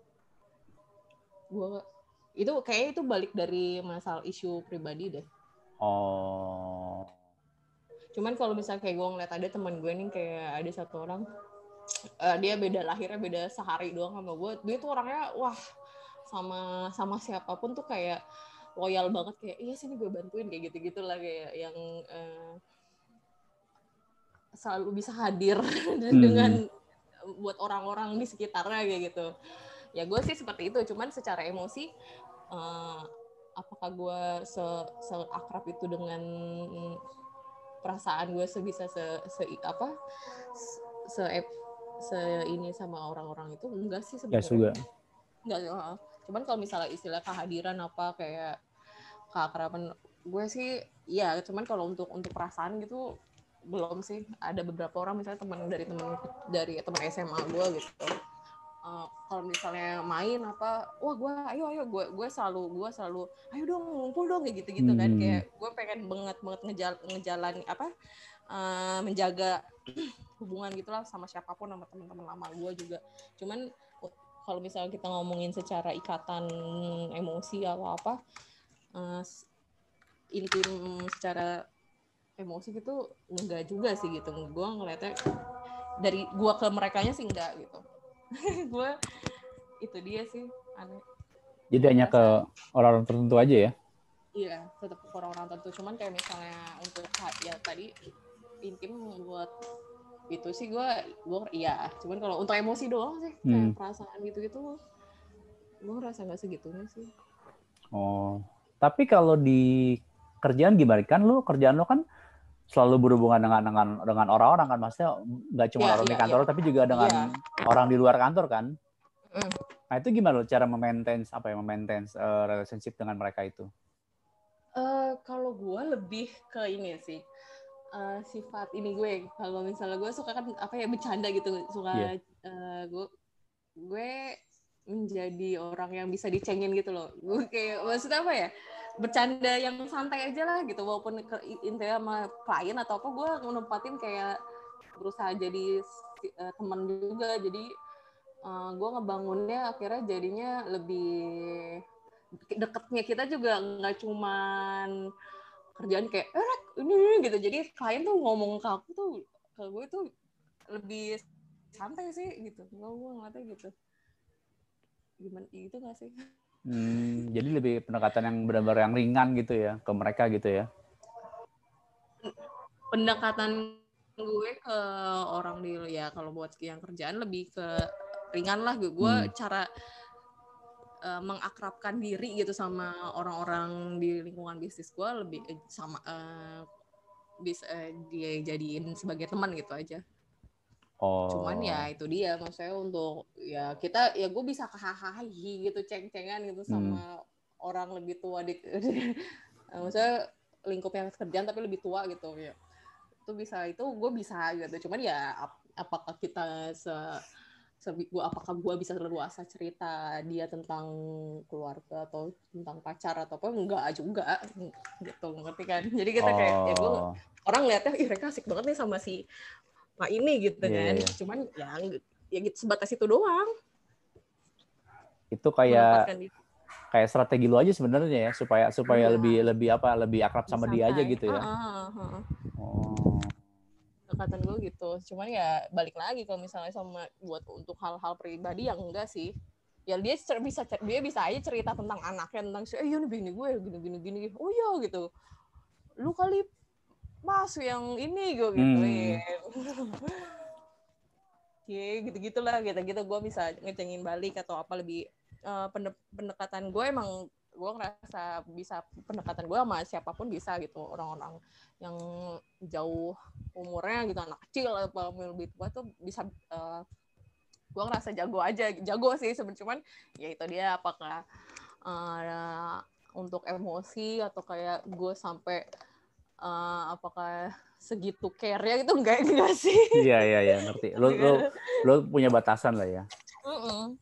Gue itu kayaknya itu balik dari masalah isu pribadi deh. Oh. Cuman kalau misalnya kayak gue ngeliat ada teman gue nih, kayak ada satu orang uh, dia beda lahirnya beda sehari doang sama gue. Dia tuh orangnya wah sama sama siapapun tuh kayak loyal banget, kayak iya sini gue bantuin kayak gitu-gitu lah, kayak yang uh, selalu bisa hadir hmm. dengan buat orang-orang di sekitarnya kayak gitu. Ya gue sih seperti itu. Cuman secara emosi uh, apakah gue se seakrab itu dengan perasaan gue sebisa se, se apa se, se ini sama orang-orang itu enggak sih sebenarnya. Enggak. Uh, cuman kalau misalnya istilah kehadiran apa kayak keakraban gue sih ya, cuman kalau untuk untuk perasaan gitu belum sih. Ada beberapa orang misalnya teman dari teman dari teman S M A gue gitu. Uh, kalau misalnya main apa, wah gue ayo ayo gue gue selalu gue selalu ayo dong ngumpul dong kayak gitu gitu hmm. kan, kayak gue pengen banget banget ngejal, ngejalan apa uh, menjaga hubungan gitulah sama siapapun, sama teman-teman lama gue juga. Cuman kalau misalnya kita ngomongin secara ikatan emosi atau apa uh, intim secara emosi gitu enggak juga sih gitu. Gue ngeliatnya dari gue ke merekanya sih enggak gitu. Gue itu dia sih aneh. Jadi hanya ke orang-orang tertentu aja ya? Iya, tetap ke orang-orang tertentu. Cuman kayak misalnya untuk ya tadi intim buat itu sih gue gue iya. Cuman kalau untuk emosi doang sih kayak hmm. perasaan gitu-gitu gue ngerasa nggak segitunya sih. Oh, tapi kalau di kerjaan gimana? Kan lu kerjaan lu kan selalu berhubungan dengan dengan dengan orang-orang kan, maksudnya nggak cuma yeah, orang yeah, di kantor yeah. tapi juga dengan yeah. orang di luar kantor kan. Mm. Nah itu gimana lo cara memaintain apa ya memaintain uh, relationship dengan mereka itu? Uh, kalau gue lebih ke ini sih uh, sifat ini gue. Kalau misalnya gue suka kan apa ya bercanda gitu, suka yeah. uh, gue gue menjadi orang yang bisa dicengin gitu loh. Gue kayak maksudnya apa ya? Bercanda yang santai aja lah gitu, walaupun ke intinya sama klien atau apa, gue nempatin kayak berusaha jadi uh, teman juga. Jadi uh, gue ngebangunnya akhirnya jadinya lebih deketnya kita juga nggak cuman kerjaan kayak eh ini gitu. Jadi klien tuh ngomong ke aku tuh ke gue tuh lebih santai sih gitu. Gue gue ngeliatnya gitu. Gimana itu nggak sih? Hmm, jadi lebih pendekatan yang benar-benar yang ringan gitu ya ke mereka gitu ya? Pendekatan gue ke orang di ya kalau buat yang kerjaan lebih ke ringan lah. Gue gue hmm. cara uh, mengakrabkan diri gitu sama orang-orang di lingkungan bisnis gue lebih sama uh, bisa uh, dia jadiin sebagai teman gitu aja. Oh. Cuman ya itu dia, maksudnya untuk ya kita ya gue bisa kehahahi gitu, ceng-cengan gitu sama hmm. orang lebih tua di, maksudnya lingkupnya kerjaan tapi lebih tua gitu ya. Itu bisa, itu gue bisa gitu. Cuman ya ap, apakah kita se Gua, apakah gue bisa leluasa cerita dia tentang keluarga atau tentang pacar atau apa, enggak juga gitu, ngerti kan? Jadi kita oh. kayak ya gue orang lihatnya ih mereka asik banget nih sama si Pak ini gitu yeah. kan, cuman ya ya gitu sebatas itu doang. Itu kayak kayak strategi lu aja sebenarnya ya, supaya supaya iya. lebih lebih apa lebih akrab sama Santai. dia aja gitu ya. Uh, uh, uh. Oh. Dekatan gue gitu, cuman ya balik lagi kalau misalnya sama buat untuk hal-hal pribadi yang enggak sih, ya dia bisa dia bisa aja cerita tentang anaknya, tentang eh iya nih bini gue gini gini gini, oh iya gitu, lu kali mas yang ini gue gituin, hmm. ya gitu gitulah gitu gitu gue bisa ngecengin balik atau apa lebih uh, pendekatan gue emang gue ngerasa bisa pendekatan gue sama siapapun bisa gitu, orang-orang yang jauh umurnya gitu, anak kecil atau lebih tua tuh bisa uh, gue ngerasa jago aja, jago sih sebenarnya, cuman ya itu dia apakah uh, untuk emosi atau kayak gue sampai uh, apakah segitu care-nya gitu enggak enggak sih. Iya iya iya ngerti. Lo lo lo punya batasan lah ya. Uh-uh.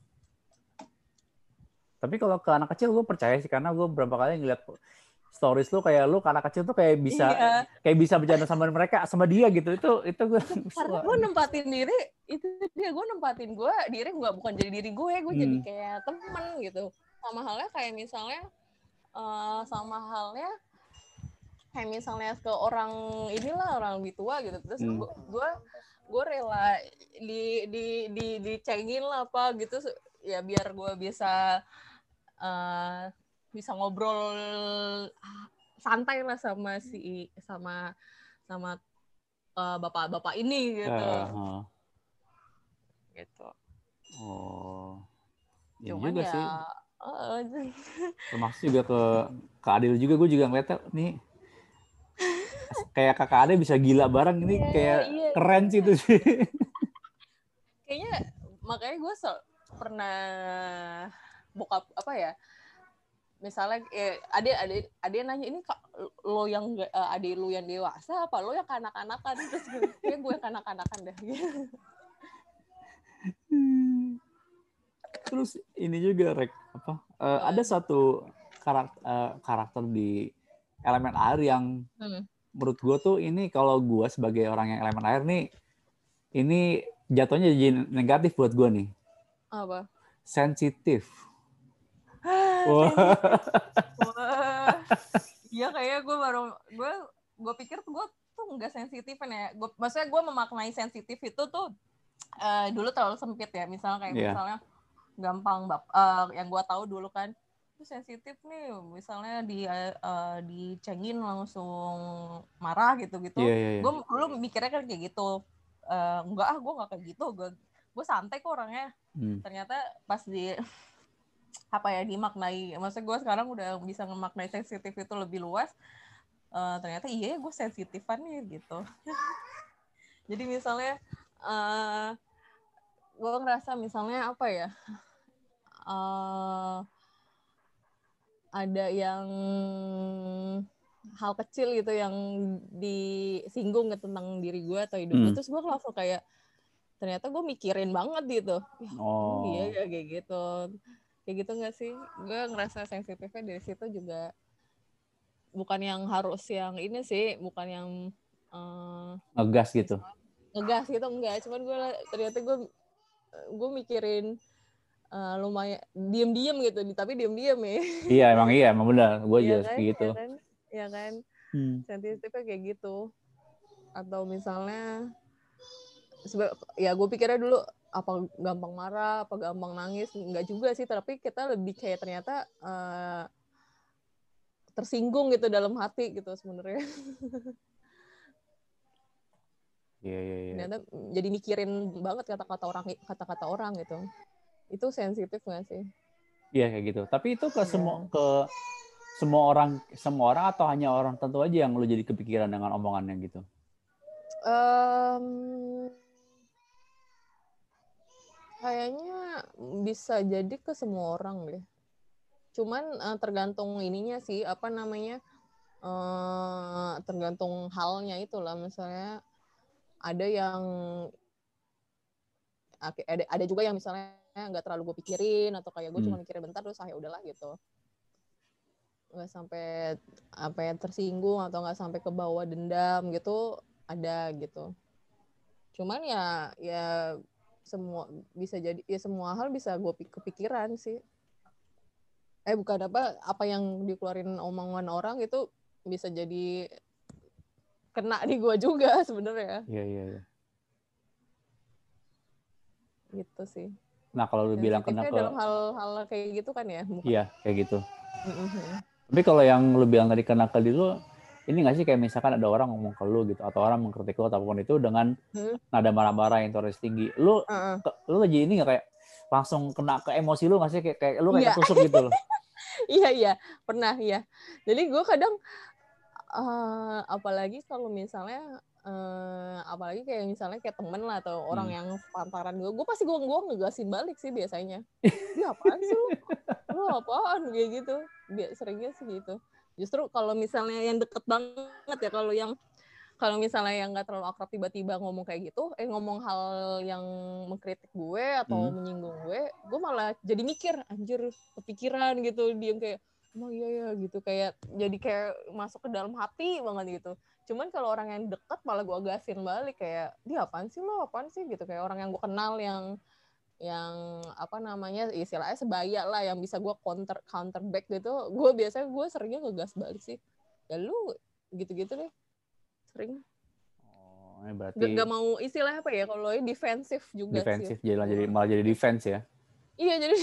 Tapi kalau ke anak kecil gue percaya sih, karena gue beberapa kali ngeliat stories lu kayak lu ke anak kecil tuh kayak bisa iya. kayak bisa bercanda sama mereka, sama dia gitu. Itu itu gue karena gue nempatin diri, itu dia gue nempatin gue diri gue bukan jadi diri gue, gue hmm. jadi kayak temen gitu. Sama halnya kayak misalnya uh, sama halnya kayak misalnya ke orang inilah orang lebih tua gitu. Terus hmm. gue gue gue rela di di di dicengin lah apa gitu ya biar gue bisa Uh, bisa ngobrol santai lah sama si sama sama uh, bapak-bapak ini gitu. Uh, uh. Gitu. Oh. Ya cuman juga ya, sih. Uh, termasuk juga ke ke Adil juga, gue juga ngeliatnya nih kayak kakak Ade bisa gila bareng ini yeah, kayak yeah, keren yeah. sih itu sih. Kayaknya makanya gue so, pernah bokap apa ya? Misalnya eh, adik adik adik nanya ini kak lo yang uh, adik lo yang dewasa apa lo yang kanak-kanakan, terus gue kayak gue kanak-kanakan deh. Terus ini juga Rek apa uh, uh. ada satu karakter uh, karakter di elemen air yang hmm. menurut gue tuh ini kalau gue sebagai orang yang elemen air nih ini jatuhnya jadi negatif buat gue nih. Apa? Sensitif. Wah. Wah. Iya kayak gue baru gue gue pikir gue tuh nggak sensitif ya. Gue maksudnya gue memaknai sensitif itu tuh uh, dulu terlalu sempit ya. Misalnya kayak yeah. misalnya gampang bab uh, yang gue tahu dulu kan itu sensitif nih. Misalnya di uh, dicengin langsung marah gitu-gitu. Yeah, yeah, yeah. Gue dulu mikirnya kan kayak gitu. Uh, enggak ah gue nggak kayak gitu. Gue gue santai kok orangnya. Hmm. Ternyata pas di apa ya dimaknai, maksudnya gue sekarang udah bisa ngemaknai sensitif itu lebih luas, uh, ternyata iya gue sensitifan nih gitu. Jadi misalnya uh, gue ngerasa misalnya apa ya uh, ada yang hal kecil gitu yang disinggung tentang diri gue atau hidup gue, hmm. terus gue langsung kayak ternyata gue mikirin banget gitu. Oh, oh iya ya kayak gitu. Kayak gitu nggak sih? Gue ngerasa sensitifnya dari situ juga bukan yang harus yang ini sih, bukan yang uh, ngegas gitu. Ngegas gitu enggak, cuman gue ternyata gue gue mikirin uh, lumayan diem-diem gitu, tapi diem-diem ya. Iya emang iya emang benar, gue juga kan, kayak gitu. Iya kan, ya kan, hmm. sensitifnya kayak gitu. Atau misalnya, sebe- ya gue pikirnya dulu apa gampang marah, apa gampang nangis, enggak juga sih, tapi kita lebih kayak ternyata uh, tersinggung gitu dalam hati gitu sebenarnya. Iya iya iya. Ternyata jadi mikirin banget kata-kata orang kata-kata orang gitu. Itu sensitif nggak sih? Iya kayak gitu. Tapi itu ke semua ke semua orang semua orang atau hanya orang tertentu aja yang lu jadi kepikiran dengan omongannya gitu? Um, Kayaknya bisa jadi ke semua orang deh. Cuman uh, tergantung ininya sih, apa namanya, uh, tergantung halnya itulah. Misalnya ada yang ada ada juga yang misalnya nggak terlalu gue pikirin atau kayak gue hmm. cuma mikirin bentar terus ah ya udahlah gitu. Nggak sampai apa ya tersinggung atau nggak sampai ke bawah dendam gitu, ada gitu. Cuman ya ya semua bisa jadi ya semua hal bisa gue kepikiran sih. Eh bukan apa apa yang dikeluarin omongan orang itu bisa jadi kena di gue juga sebenarnya. Iya iya iya. Gitu sih. Nah kalau lu bilang kena ke dalam hal-hal kayak gitu kan ya? Bukan? Iya kayak gitu. Mm-hmm. Tapi kalau yang lu bilang tadi kena ke lu, ini nggak sih kayak misalkan ada orang ngomong ke lu gitu atau orang mengkritik lu apapun itu dengan hmm? nada marah-marah yang intonasi tinggi, lu uh-uh. ke, lu lagi ini nggak kayak langsung kena ke emosi lu nggak sih kayak, kayak lu kayak ketusuk gitu loh? Iya iya pernah ya. Jadi gue kadang uh, apalagi kalau misalnya uh, apalagi kayak misalnya kayak temen lah atau hmm. orang yang pantaran gue, gue pasti gue gue ngegasin balik sih biasanya. Dia apaan sih lu? Lu apaan kayak gitu? Biar seringnya sih gitu. Justru kalau misalnya yang deket banget ya, kalau yang kalau misalnya yang nggak terlalu akrab tiba-tiba ngomong kayak gitu, eh ngomong hal yang mengkritik gue atau hmm. menyinggung gue, gue malah jadi mikir, anjir kepikiran gitu, diem kayak, emang iya ya gitu, kayak jadi kayak masuk ke dalam hati banget gitu. Cuman kalau orang yang deket malah gue gasin balik kayak, dia apaan sih lo, apaan sih gitu, kayak orang yang gue kenal yang yang apa namanya istilahnya sebaya lah yang bisa gue counter counter back gitu, gue biasanya gue seringnya ngegas balik sih, ya lu gitu-gitu deh sering. Oh, ini berarti gak, gak mau istilahnya apa ya kalau ini defensif juga defensif sih. jadi jadi malah jadi defense ya. Iya jadi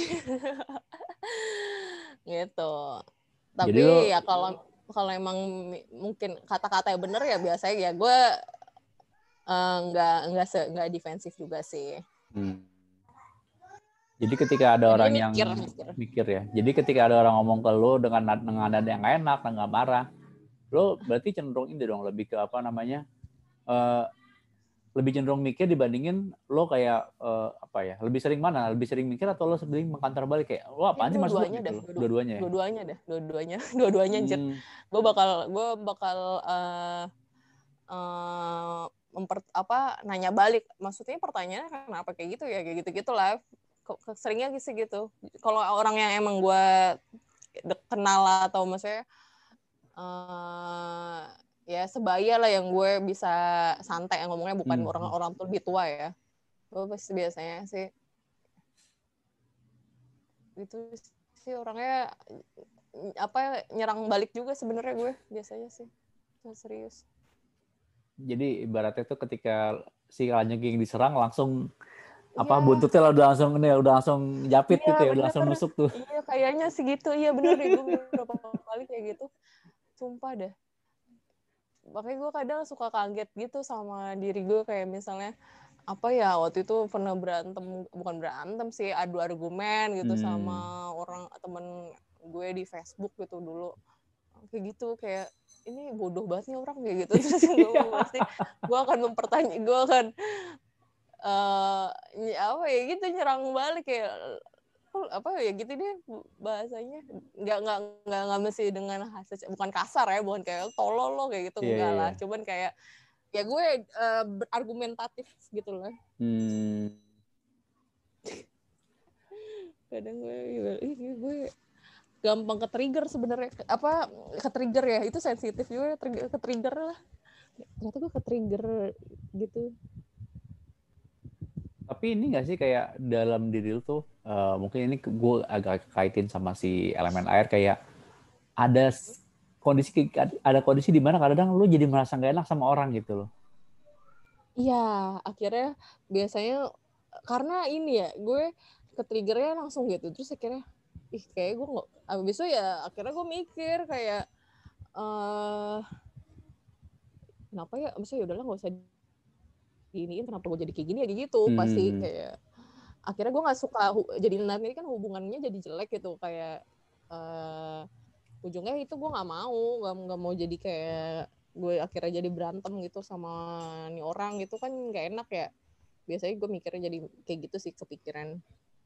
gitu. Tapi jadi lo, ya kalau kalau emang mungkin kata-kata yang bener ya biasanya ya gue uh, nggak nggak nggak defensif juga sih. Hmm. Jadi ketika ada orang mikir, yang mikir. mikir ya, jadi ketika ada orang ngomong ke lo dengan dengan nada yang enak, nggak marah, lo berarti cenderung ini dong lebih ke apa namanya, uh, lebih cenderung mikir dibandingin lo kayak uh, apa ya, lebih sering mana, lebih sering mikir atau lo sering mengkantar balik kayak, lo apaan sih maksud lo gitu? Dua-duanya ya? Dua-duanya deh, dua-duanya, dua-duanya anjir. Hmm. Gue bakal, gue bakal uh, uh, memper apa nanya balik, maksudnya pertanyaannya kenapa kayak gitu ya, kayak gitu gitulah. Seringnya gitu gitu. Kalau orang yang emang gue kenal atau maksudnya uh, ya sebaya lah yang gue bisa santai yang ngomongnya bukan hmm. orang-orang tuh lebih tua ya. Gue pasti biasanya sih itu sih orangnya apa nyerang balik juga sebenarnya gue biasanya sih. Serius. Jadi ibaratnya tuh ketika si kalajengking diserang langsung apa ya. Buntutnya lah udah langsung ini udah langsung japit ya, gitu ya, udah langsung nusuk tuh. Iya, kayaknya segitu. Iya bener deh, gue beberapa kali kayak gitu. Sumpah dah. Makanya gue kadang suka kaget gitu sama diri gue kayak misalnya apa ya waktu itu pernah berantem, bukan berantem sih, adu argumen gitu hmm. sama orang temen gue di Facebook gitu dulu. Kayak gitu kayak ini bodoh banget nih orang kayak gitu. Terus gue pasti gue akan mempertanyaan, gue akan Uh, apa ya gitu nyerang balik kayak apa ya gitu deh bahasanya nggak nggak nggak nggak mesti dengan hasil bukan kasar ya bukan kayak tolol lo kayak gitu yeah, enggak yeah. lah cuman kayak ya gue uh, berargumentatif gitu lah hmm. Kadang gue ih gue gampang ke trigger sebenarnya apa ke trigger ya itu sensitif juga ke trigger lah ternyata gue ke trigger gitu. Tapi ini nggak sih kayak dalam diri lu tuh, uh, mungkin ini gue agak kaitin sama si elemen air kayak ada kondisi ada kondisi di mana kadang lu jadi merasa nggak enak sama orang gitu loh. Iya, akhirnya biasanya karena ini ya gue ke-triggernya langsung gitu, terus akhirnya ih kayak gue nggak, abis itu ya akhirnya gue mikir kayak uh, kenapa ya, maksudnya yaudahlah nggak usah iniin kenapa gue jadi kayak gini ya gitu hmm. pasti kayak akhirnya gue nggak suka jadi nanti kan hubungannya jadi jelek gitu kayak uh, ujungnya itu gue nggak mau nggak nggak mau jadi kayak gue akhirnya jadi berantem gitu sama nih orang gitu kan nggak enak ya biasanya gue mikirnya jadi kayak gitu sih, kepikiran.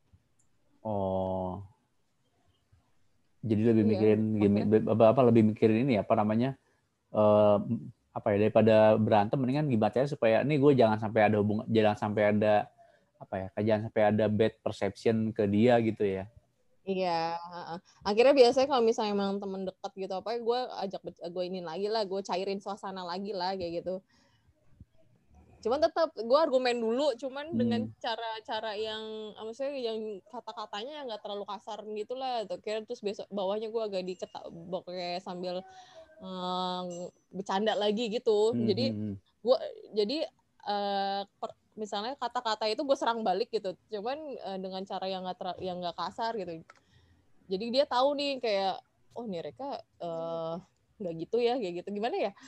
Oh, jadi lebih Iya, mikirin gini, apa, apa lebih mikirin ini apa namanya uh, apa ya, daripada berantem mendingan gimana caranya supaya nih gue jangan sampai ada hubungan, jangan sampai ada apa ya, jangan sampai ada bad perception ke dia gitu ya. Iya, uh, akhirnya biasanya kalau misalnya emang temen dekat gitu apa, gue ajak gue ini lagi lah, gue cairin suasana lagi lah kayak gitu. Cuman tetap gue argumen dulu, cuman hmm. dengan cara-cara yang maksudnya yang kata-katanya yang nggak terlalu kasar gitulah, kayak terus besok bawahnya gue agak diketak kayak sambil um, bercanda lagi gitu. Hmm. Jadi gue jadi uh, per, misalnya kata-kata itu gue serang balik gitu, cuman uh, dengan cara yang nggak yang nggak kasar gitu. Jadi dia tahu nih kayak oh nih mereka nggak uh, gitu ya, kayak gitu gimana ya?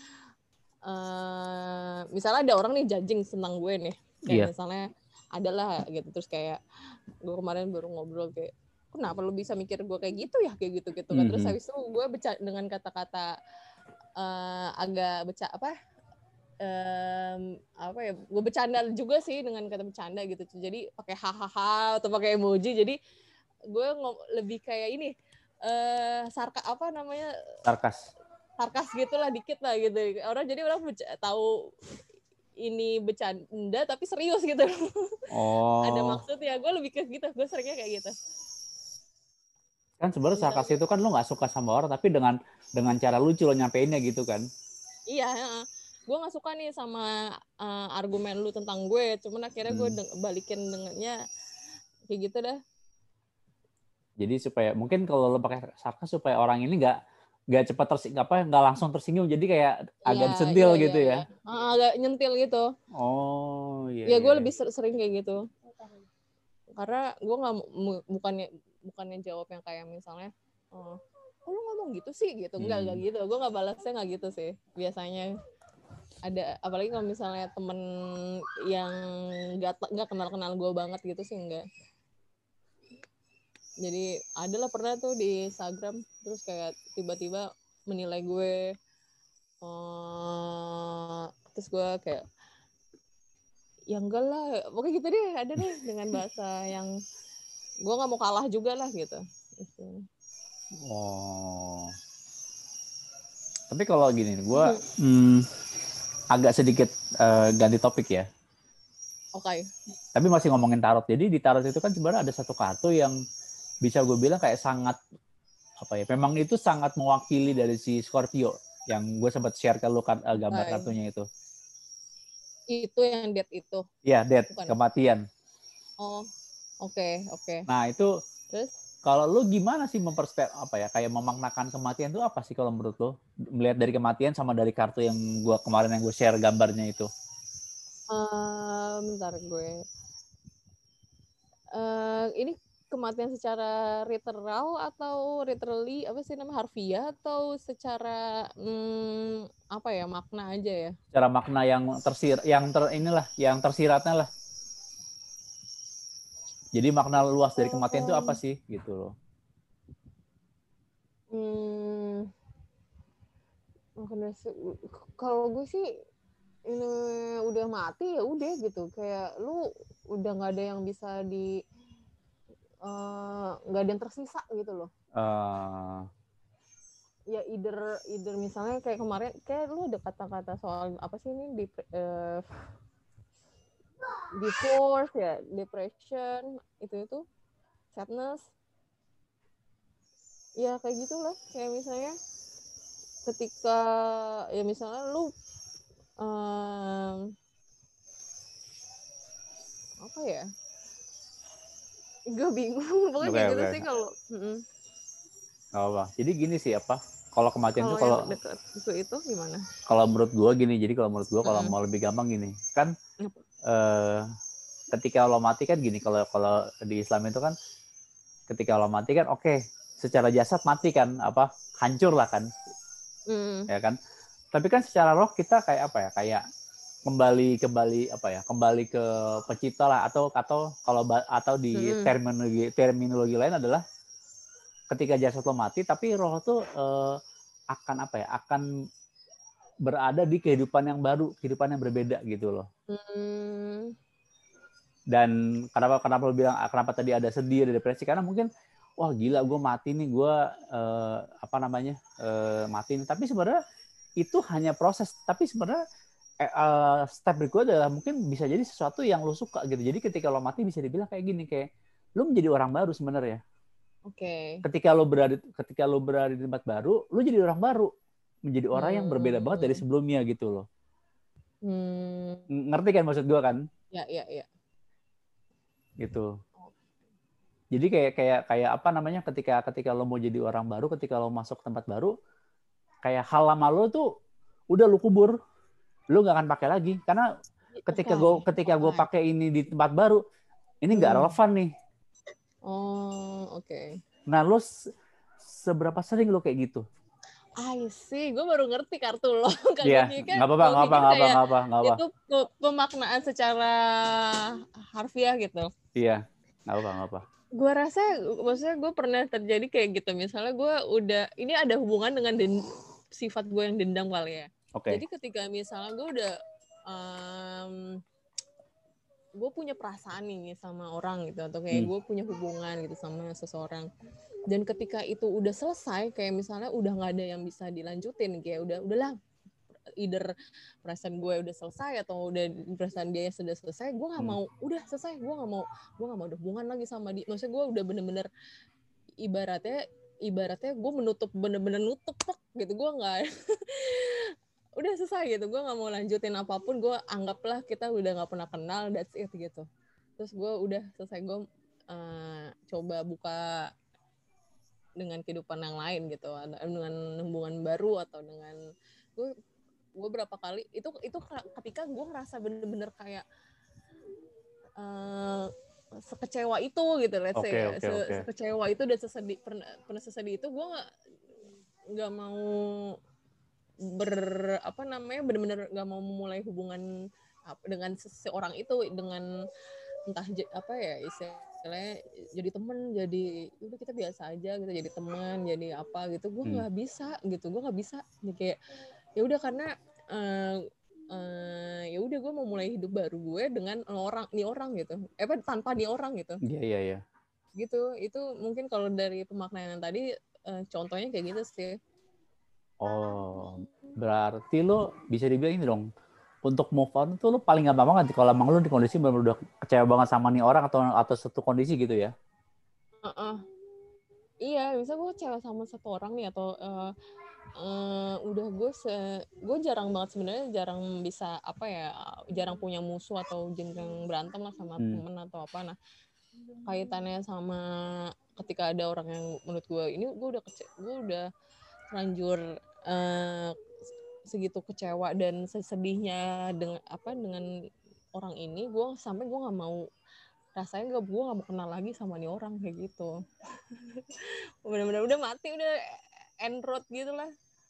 Uh, misalnya ada orang nih judging tentang gue nih, kayak yeah. misalnya adalah gitu, terus kayak gue kemarin baru ngobrol kayak kenapa lu bisa mikir gue kayak gitu ya, kayak gitu gitu kan. Mm-hmm. Terus habis itu gue beca dengan kata-kata uh, agak beca apa um, apa ya, gue bercanda juga sih dengan kata bercanda gitu, jadi pakai hahaha atau pakai emoji, jadi gue lebih kayak ini uh, sarka apa namanya sarkas sarkas gitulah dikit lah gitu, orang jadi orang tahu ini bercanda tapi serius gitu. Oh. Ada maksud ya, gue lebih ke gitu, gue seringnya kayak gitu. Kan sebenarnya sarkas itu kan lo nggak suka sama orang, tapi dengan dengan cara lucu lo nyampeinnya gitu kan? Iya, gue nggak suka nih sama uh, argumen lu tentang gue, cuman akhirnya gue hmm. balikin dengannya kayak gitu dah. Jadi supaya mungkin kalau lo pakai sarkas supaya orang ini nggak nggak cepat tersinggung, apa nggak langsung tersinggung, jadi kayak agak ya, disentil ya, gitu ya, ya, ya. Uh, agak nyentil gitu. Oh iya. Ya gue lebih sering kayak gitu, karena gue nggak bukannya bukannya jawab yang kayak misalnya oh, oh lu ngomong gitu sih gitu, enggak hmm. enggak gitu, gue nggak balasnya nggak gitu sih biasanya. Ada apalagi kalau misalnya temen yang nggak nggak kenal kenal gue banget gitu sih enggak. Jadi adalah pernah tuh di Instagram terus kayak tiba-tiba menilai gue, uh, terus gue kayak ya enggak lah, pokoknya gitu deh, ada deh dengan bahasa yang gue nggak mau kalah juga lah gitu. Oh, tapi kalau gini, gue hmm, agak sedikit uh, ganti topik ya. Oke. Okay. Tapi masih ngomongin tarot. Jadi di tarot itu kan sebenarnya ada satu kartu yang bisa gue bilang kayak sangat apa ya, memang itu sangat mewakili dari si Scorpio yang gue sempat share ke lu kan, uh, gambar okay. kartunya itu. Itu yang death itu. Iya, death, bukan? Kematian. Oh, oke, okay, oke. Okay. Nah, itu terus kalau lu gimana sih memperspek apa ya, kayak memaknakan kematian itu apa sih kalau menurut lu? Melihat dari kematian sama dari kartu yang gua kemarin yang gue share gambarnya itu. Uh, bentar gue. Uh, ini kematian secara literal atau literally apa sih namanya, harfiah, atau secara hmm, apa ya, makna aja ya? Secara makna yang tersir yang ter inilah yang tersiratnya lah. Jadi makna luas dari kematian itu apa sih gitu loh? Hmm, kalau gue sih ini udah mati ya udah gitu, kayak lu udah nggak ada yang bisa di nggak uh, ada yang tersisa gitu loh. Uh... Ya either either misalnya kayak kemarin kayak lu ada kata-kata soal apa sih ini di uh, divorce ya, depression, itu itu sadness, ya kayak gitulah, kayak misalnya ketika ya misalnya lu um, apa ya, gue bingung pokoknya okay, gitu okay. sih kalau nggak apa. Jadi gini sih apa, kalau kematian itu kalau itu itu gimana? Kalau menurut gue gini, jadi kalau menurut gue kalau mm-hmm. mau lebih gampang gini, kan eh, ketika lo mati kan gini, kalau kalau di Islam itu kan ketika lo mati kan oke, okay, secara jasad mati kan, apa hancur lah kan, mm. ya kan. Tapi kan secara roh kita kayak apa ya, kayak kembali kembali apa ya, kembali ke pencipta lah, atau atau kalau atau di mm. terminologi terminologi lain adalah ketika jasad lo mati, tapi roh tuh eh, akan apa ya, akan berada di kehidupan yang baru, kehidupan yang berbeda gitu loh. Hmm. Dan kenapa kenapa lo bilang kenapa tadi ada sedih, ada depresi, karena mungkin wah gila gue mati nih, gue uh, apa namanya uh, mati nih. Tapi sebenarnya itu hanya proses. Tapi sebenarnya uh, step berikutnya adalah mungkin bisa jadi sesuatu yang lo suka gitu. Jadi ketika lo mati bisa dibilang kayak gini, kayak lo menjadi orang baru sebenarnya. Oke. Okay. Ketika lo berada ketika lo berada di tempat baru, lo jadi orang baru, menjadi orang hmm. yang berbeda banget dari sebelumnya gitu loh. Hmm. Ngerti kan maksud gue kan? Ya, ya, ya. Gitu. Jadi kayak kayak kayak apa namanya ketika ketika lo mau jadi orang baru, ketika lo masuk tempat baru, kayak hal lama lo tuh udah lo kubur, lo nggak akan pakai lagi karena ketika okay. gue ketika okay. gue pakai ini di tempat baru, ini nggak hmm. relevan nih. Oh oke. Okay. Nah lo seberapa sering lo kayak gitu? I see, gue baru ngerti kartu lo. Iya, nggak apa-apa, nggak apa, nggak apa, nggak apa, nggak apa. Itu pemaknaan secara harfiah gitu. Iya, nggak apa, nggak apa. Gue rasa, maksudnya gue pernah terjadi kayak gitu. Misalnya gue udah, ini ada hubungan dengan den, sifat gue yang dendam kali ya. Oke. Okay. Jadi ketika misalnya gue udah, um, gue punya perasaan nih sama orang gitu, atau kayak hmm. gue punya hubungan gitu sama seseorang. Dan ketika itu udah selesai, kayak misalnya udah nggak ada yang bisa dilanjutin, kayak udah udahlah, either perasaan gue udah selesai atau udah perasaan dia sudah selesai, gue nggak hmm. mau, udah selesai, gue nggak mau, gue nggak mau ada hubungan lagi sama dia. Maksudnya gue udah bener-bener ibaratnya, ibaratnya gue menutup, bener-bener nutup gitu, gue nggak, udah selesai gitu, gue nggak mau lanjutin apapun, gue anggaplah kita udah nggak pernah kenal, that's it gitu. Terus gue udah selesai, gue uh, coba buka dengan kehidupan yang lain gitu, dengan hubungan baru atau dengan gue gue berapa kali itu itu ketika gue ngerasa bener-bener kayak uh, sekecewa itu gitu, let's say okay, okay, Se, okay. sekecewa itu dan sesedih pernah pernah sesedih itu gue nggak nggak mau ber apa namanya bener-bener nggak mau memulai hubungan dengan seseorang itu dengan entah apa ya istilahnya jadi temen, jadi udah kita biasa aja gitu, jadi teman, jadi apa gitu, gue nggak hmm. bisa gitu, gue nggak bisa jadi kayak ya udah karena uh, uh, ya udah gue mau mulai hidup baru gue dengan orang nih orang gitu, eh apa tanpa nih orang gitu. Iya yeah, iya yeah, iya. Yeah. Gitu, itu mungkin kalau dari pemaknaan tadi uh, contohnya kayak gitu sih. Oh, berarti lo bisa dibilang ini dong. Untuk move on tuh lo paling gampang banget kalau emang lo di kondisi benar-benar udah kecewa banget sama nih orang atau atau satu kondisi gitu ya? Uh-uh. Iya, bisa gue kecewa sama satu orang nih atau uh, uh, udah gue se gue jarang banget sebenarnya jarang bisa apa ya jarang punya musuh atau jarang berantem lah sama hmm. temen atau apa. Nah kaitannya sama ketika ada orang yang menurut gue ini gue udah kece gue udah terlanjur uh, segitu kecewa dan sesedihnya dengan apa dengan orang ini, gue sampai gue nggak mau rasanya gue gue nggak mau kenal lagi sama nih orang kayak gitu. Benar-benar udah mati, udah end road gitulah.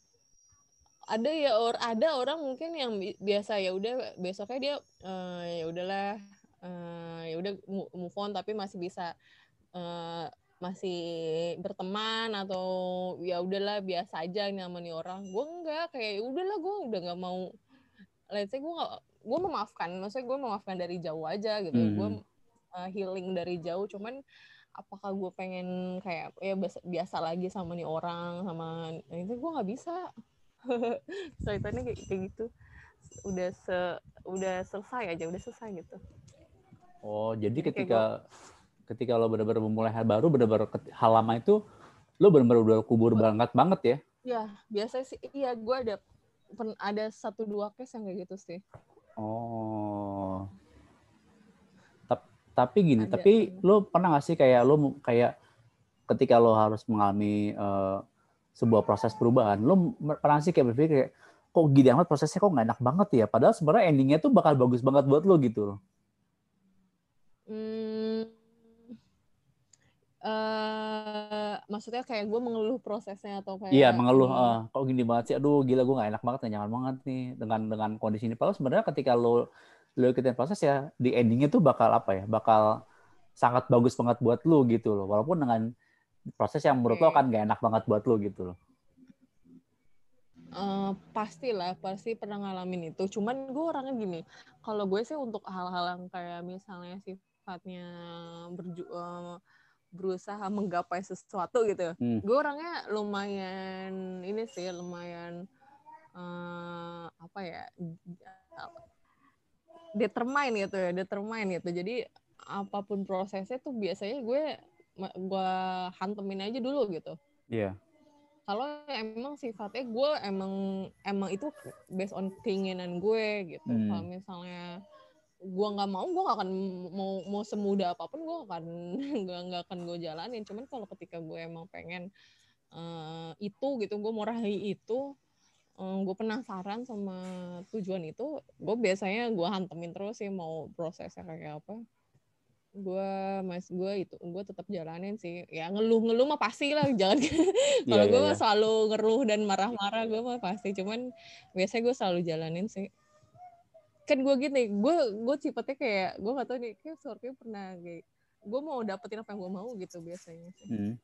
Ada ya or ada orang mungkin yang biasa ya udah besoknya dia uh, ya udahlah uh, ya udah move on tapi masih bisa uh, masih berteman atau ya udahlah biasa aja nih sama nih orang. Gue enggak, kayak udahlah gue udah nggak mau, let's say gue nggak, gue memaafkan, maksudnya gue memaafkan dari jauh aja gitu. Hmm. Gue uh, healing dari jauh, cuman apakah gue pengen kayak ya biasa, biasa lagi sama nih orang sama itu gue nggak bisa. Ceritanya kayak, kayak gitu, udah se udah selesai aja, udah selesai gitu. Oh jadi, jadi ketika ketika lo benar-benar memulai hal baru, benar-benar hal lama itu lo benar-benar udah kubur banget banget ya? Iya, biasanya sih. Iya, gue ada ada satu dua case yang kayak gitu sih. Oh. Tapi gini, ada. Tapi lo pernah nggak sih kayak lo kayak ketika lo harus mengalami uh, sebuah proses perubahan, lo pernah sih kayak berpikir kayak kok gini amat prosesnya, kok nggak enak banget ya? Padahal sebenarnya endingnya tuh bakal bagus banget buat lo gitu. Hmm. Uh, maksudnya kayak gue mengeluh prosesnya atau kayak iya mengeluh uh, kok gini banget sih, aduh gila gue nggak enak banget, nyaman banget nih dengan dengan kondisi ini. Padahal sebenarnya ketika lo lo ikutin proses ya di endingnya tuh bakal apa ya, bakal sangat bagus banget buat lo gitu loh, walaupun dengan proses yang menurut okay. lo kan nggak enak banget buat lo gitu loh. Uh, pastilah, pasti pernah ngalamin itu. Cuman gue orangnya gini, kalau gue sih untuk hal-hal yang kayak misalnya sifatnya berju uh, berusaha menggapai sesuatu gitu, hmm. gue orangnya lumayan ini sih, lumayan uh, apa ya, determine gitu ya, determine gitu. Jadi apapun prosesnya tuh biasanya gue gue hantemin aja dulu gitu. Iya. Yeah. Kalau emang sifatnya gue emang emang itu based on keinginan gue gitu. Hmm. Kalau misalnya gue nggak mau, gue nggak akan mau mau semudah apapun gue akan gue nggak akan gue jalanin. Cuman kalau ketika gue emang pengen uh, itu gitu, gue mau raih itu, um, gue penasaran sama tujuan itu, gue biasanya gue hantemin terus sih mau prosesnya kayak apa. Gue mas gue itu gue tetap jalanin sih, ya ngeluh-ngeluh mah pasti lah, jangan kalau yeah, gue yeah, yeah. selalu ngeluh dan marah-marah gue mah pasti, cuman biasanya gue selalu jalanin sih. Kan gue gini, gue gue sifatnya kayak gue nggak tahu nih, kayak Scorpio pernah kayak gue mau dapetin apa yang gue mau gitu biasanya sih. Hmm.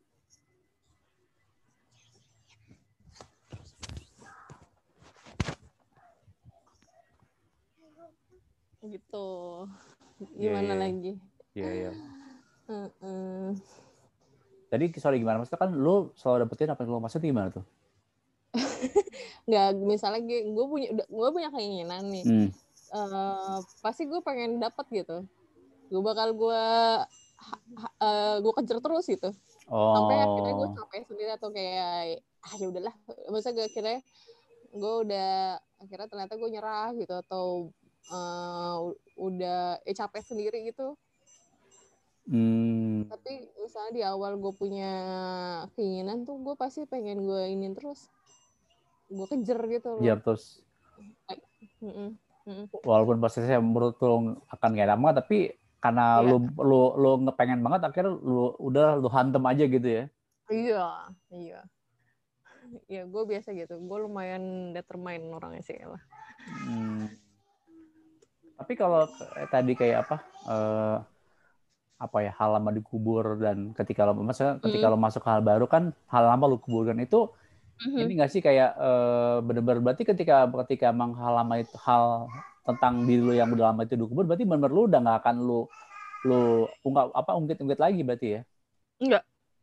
Gitu. Gimana yeah, yeah. lagi? Iya, yeah, iya. Yeah. Uh-uh. Tadi sorry gimana? Maksudnya kan lu selalu dapetin apa yang lu maksud gimana tuh? Nggak, misalnya gue, gue punya gue punya keinginan nih. Hmm. Uh, pasti gue pengen dapet gitu. Gue bakal gue uh, gue kejar terus gitu. Oh. Sampai akhirnya gue capek sendiri atau kayak ah ya udahlah. Maksudnya gue akhirnya gue udah akhirnya ternyata gue nyerah gitu atau uh, udah eh capek sendiri gitu. Hmm. Tapi misalnya di awal gue punya keinginan tuh gue pasti pengen gue ingin terus, gue kejar gitu loh. Kejar terus. Mm-mm. Mm-mm. Walaupun prosesnya menurut lo akan gak lama, tapi karena yeah. lu lu lu ngepengen banget, akhirnya lu udah lu hantem aja gitu ya. Iya, iya. Ya gue biasa gitu. Gue lumayan determine orangnya sih lah. Hmm. Tapi kalau tadi kayak apa? Uh, apa ya, hal lama dikubur dan ketika lo maksudnya ketika mm. lo masuk hal baru kan hal lama lo kuburkan itu mm-hmm. ini nggak sih kayak uh, benar-benar berarti ketika ketika emang hal lama itu hal tentang diri lo yang udah lama itu dikubur berarti benar-benar lo udah nggak akan lo lo ungkap apa ungkit-ungkit lagi berarti ya? Enggak.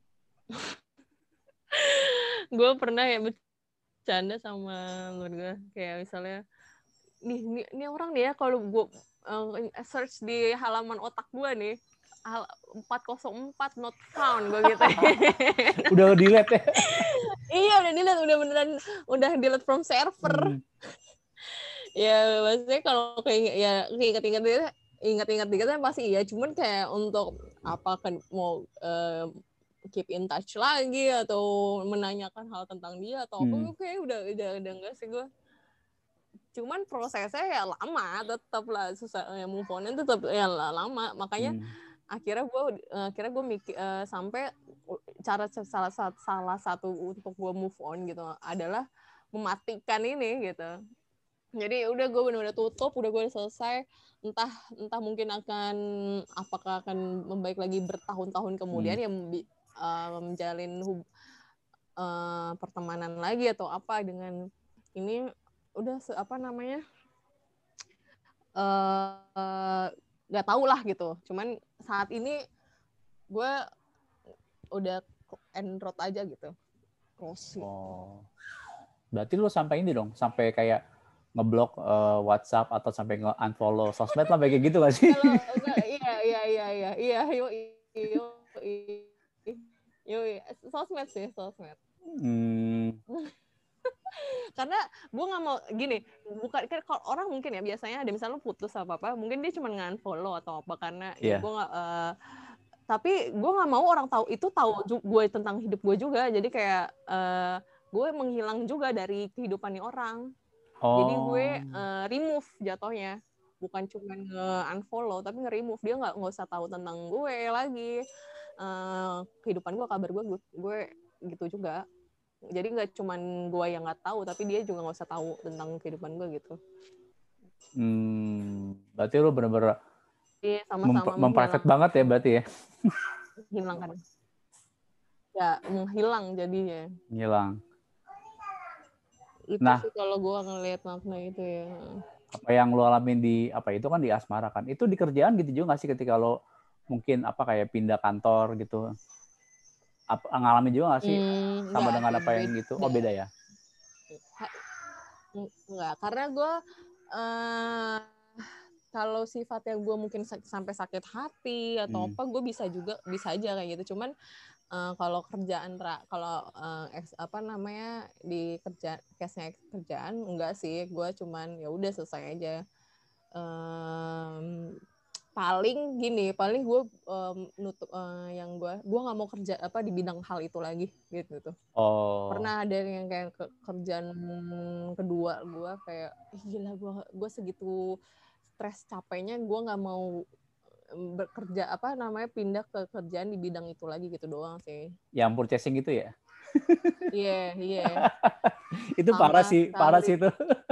Gue pernah ya bercanda sama menurut gue kayak misalnya nih nih, nih orang nih ya kalau gue uh, search di halaman otak gue nih empat nol empat not found gue gitu. Udah delete ya? Iya udah delete, udah beneran udah delete from server. Hmm. Ya maksudnya kalau kayak ya ingat-ingat dia ingat-ingat dikitnya pasti iya, cuman kayak untuk apa kan mau uh, keep in touch lagi atau menanyakan hal tentang dia atau apa, hmm. kayak udah udah udah enggak sih gue. Cuman prosesnya ya lama, tetap lah susah ya, move on tetap ya lama, makanya hmm. akhirnya gue akhirnya gue mikir uh, sampai cara salah satu salah satu untuk gue move on gitu adalah mematikan ini gitu. Jadi udah gue benar-benar tutup, udah gue selesai, entah entah mungkin akan apakah akan membaik lagi bertahun-tahun kemudian hmm. yang uh, menjalin hub, uh, pertemanan lagi atau apa dengan ini udah apa namanya uh, uh, nggak tahu lah gitu. Cuman saat ini gue udah end road aja gitu. Close. Oh. Berarti lu sampai ini dong, sampai kayak ngeblok uh, WhatsApp atau sampai nge-unfollow sosmed lah kayak gitu gak sih? Kalau iya iya iya iya iya yo yo yo sosmed sih sosmed. Hmm. Karena gue nggak mau gini, bukan kan kalau orang mungkin ya biasanya ada misalnya putus apa apa, mungkin dia cuma nge-unfollow atau apa karena yeah. ya gue nggak. Uh, tapi gue nggak mau orang tahu itu tahu gue tentang hidup gue juga, jadi kayak uh, gue menghilang juga dari kehidupan nih orang. Oh. Jadi gue uh, remove jatuhnya, bukan cuma nge-unfollow tapi nge-remove, dia nggak nggak usah tahu tentang gue lagi, uh, kehidupan gue, kabar gue, gue, gue gitu juga. Jadi nggak cuman gue yang nggak tahu, tapi dia juga nggak usah tahu tentang kehidupan gue gitu. Hmm, berarti lu benar-benar iya, sama-sama memprivate banget ya berarti ya? Hilang kan? Ya menghilang jadinya. Hilang. Itu nah, sih kalau gue ngelihat makna itu ya. Apa yang lo alamin di apa itu kan di asmara kan? Itu di kerjaan gitu juga nggak sih ketika lo mungkin apa kayak pindah kantor gitu? Apa ngalamin juga nggak sih Hmm, sama enggak dengan sih, apa yang beda. gitu? Oh beda ya? Enggak, karena gue uh, kalau sifatnya gue mungkin sak- sampai sakit hati atau Hmm. apa, gue bisa juga bisa aja kayak gitu. Cuman uh, kalau kerjaan kalau uh, apa namanya di kerja case-nya kerjaan enggak sih, gue cuman ya udah selesai aja. Um, paling gini paling gue um, nutup uh, yang gue gue nggak mau kerja apa di bidang hal itu lagi gitu tuh. Oh. Pernah ada yang kayak ke, kerjaan kedua gue kayak gila gue gue segitu stres capeknya gue nggak mau bekerja apa namanya pindah ke kerjaan di bidang itu lagi gitu doang sih. Yang purchasing gitu ya? Iya, yeah, iya. Yeah. Itu sama parah sih, sekali. Parah sih itu.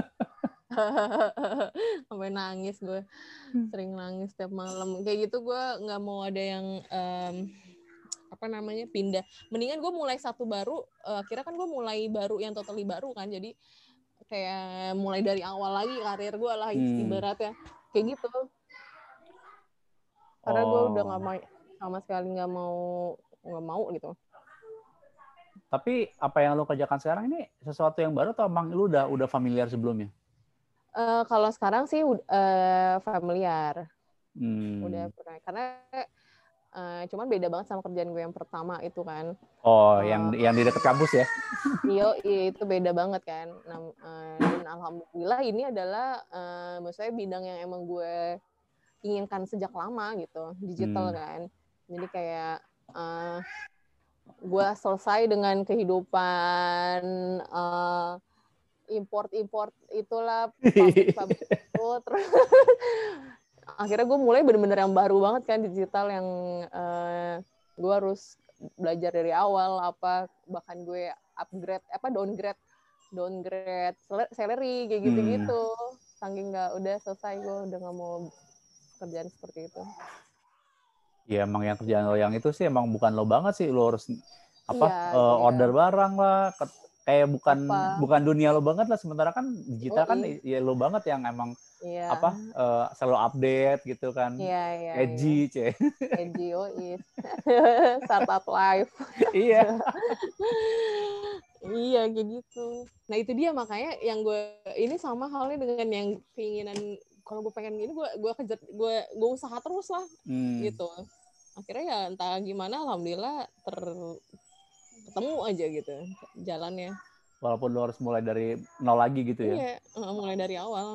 Sampai nangis gue, sering nangis setiap malam. Kayak gitu gue nggak mau ada yang um, apa namanya pindah. Mendingan gue mulai satu baru. Uh, kira kan gue mulai baru yang totally baru kan. Jadi kayak mulai dari awal lagi karir gue lah hmm. ibaratnya kayak gitu. Karena oh. gue udah nggak mau sama sekali nggak mau nggak mau gitu. Tapi apa yang lo kerjakan sekarang ini sesuatu yang baru atau emang lu udah udah familiar sebelumnya? Uh, kalau sekarang sih uh, familiar, hmm. udah pernah karena uh, cuman beda banget sama kerjaan gue yang pertama itu kan. Oh, uh, yang yang di dekat kampus ya? Iya, itu beda banget kan. Nah, uh, dan alhamdulillah ini adalah, uh, maksudnya bidang yang emang gue inginkan sejak lama gitu, digital hmm. kan. Jadi kayak uh, gue selesai dengan kehidupan. Uh, import-import itulah pabrik-pabrik itu terus akhirnya gue mulai bener-bener yang baru banget kan digital yang uh, gue harus belajar dari awal apa bahkan gue upgrade apa downgrade downgrade salary kayak gitu-gitu hmm. saking nggak udah selesai gue udah nggak mau kerjaan seperti itu. Ya emang yang kerjaan lo yang itu sih emang bukan lo banget sih, lo harus apa iya, uh, iya. order barang lah kayak bukan apa? bukan dunia lo banget lah, sementara kan digital oh, kan iya. ya lo banget yang emang iya. apa uh, selalu update gitu kan. Iya, iya, edgy iya. edgy oh is startup life. Iya. Iya kayak gitu. Nah itu dia makanya yang gue ini sama halnya dengan yang keinginan kalau gue pengen gini gue gue kejar gue gue usaha terus lah hmm. gitu. Akhirnya ya entah gimana alhamdulillah ter ketemu aja gitu jalannya. Walaupun lo harus mulai dari nol lagi gitu ya? Iya, mulai dari awal.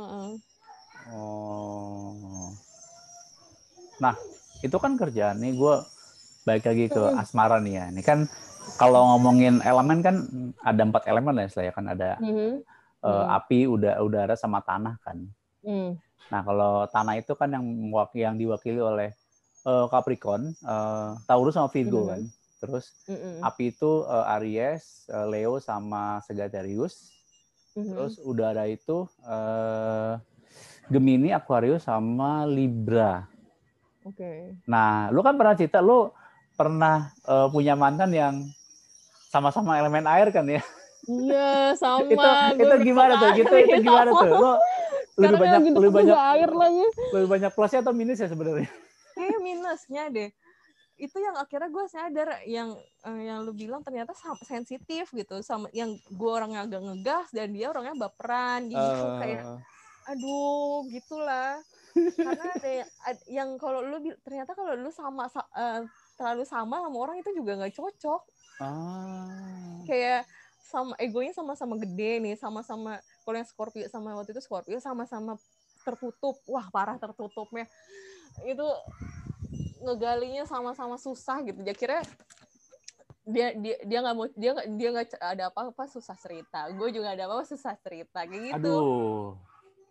Oh. Nah, itu kan kerjaan nih gue balik lagi ke asmara nih ya. Ini kan kalau ngomongin elemen kan ada empat elemen lah istilahnya kan ada mm-hmm. uh, mm-hmm. api, udara, udara sama tanah kan. Mm. Nah kalau tanah itu kan yang yang diwakili oleh uh, Capricorn, uh, Taurus sama Virgo mm-hmm. kan. Terus mm-hmm. api itu uh, Aries, uh, Leo sama Sagittarius. Mm-hmm. Terus udara itu uh, Gemini, Aquarius sama Libra. Oke. Okay. Nah, lu kan pernah cerita lu pernah uh, punya mantan yang sama-sama elemen air kan ya? Iya, sama. itu itu gimana tuh? Gitu itu gimana tuh? Lu lebih banyak lebih banyak air lagi. Lebih banyak plusnya atau minusnya sebenarnya? Kayak minusnya deh. Itu yang akhirnya gue sadar yang uh, yang lu bilang ternyata sensitif gitu sama yang gue orangnya agak ngegas dan dia orangnya baperan gitu uh... kayak aduh gitulah. Karena ada yang, yang kalau lu ternyata kalau lu sama uh, terlalu sama sama orang itu juga nggak cocok. Ah. Kayak sama egonya sama-sama gede nih, sama-sama kalau yang Scorpio sama waktu itu Scorpio sama-sama tertutup, wah parah tertutupnya. Itu ngegalinya sama-sama susah gitu. Dia kira dia dia dia nggak mau dia nggak dia nggak ada apa-apa susah cerita. Gue juga ada apa-apa susah cerita kayak gitu. Aduh.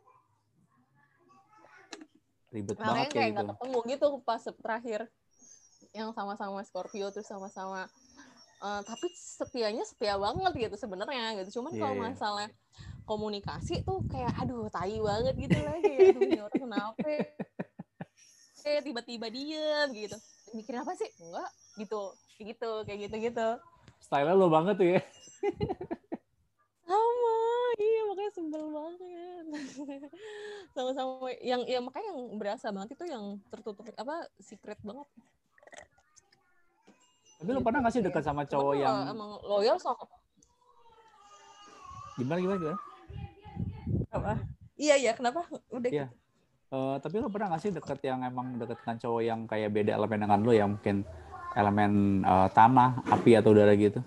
Ribet makanya banget kayak gitu. Gak ketemu gitu pas terakhir yang sama-sama Scorpio terus sama-sama uh, tapi setianya setia banget gitu sebenarnya gitu. Cuman yeah. kalau masalah komunikasi tuh kayak aduh tai banget gitu lagi. Aduh ini orang kenapa? Eh tiba-tiba diem gitu. Mikirin apa sih? Enggak gitu. Gitu kayak gitu-gitu. Style-nya lo banget tuh ya. Sama Iya makanya sebel banget. Sama-sama yang ya makanya yang berasa banget itu yang tertutup apa secret banget. Tapi lu pernah nggak sih dekat sama cowok Cuman yang emang loyal sama gimana gimana gimana? apa? Iya iya kenapa? Udah Iya. gitu. Uh, tapi lu pernah nggak sih deket yang emang deket dengan cowok yang kayak beda elemen dengan lu, yang mungkin elemen uh, tanah, api atau udara gitu?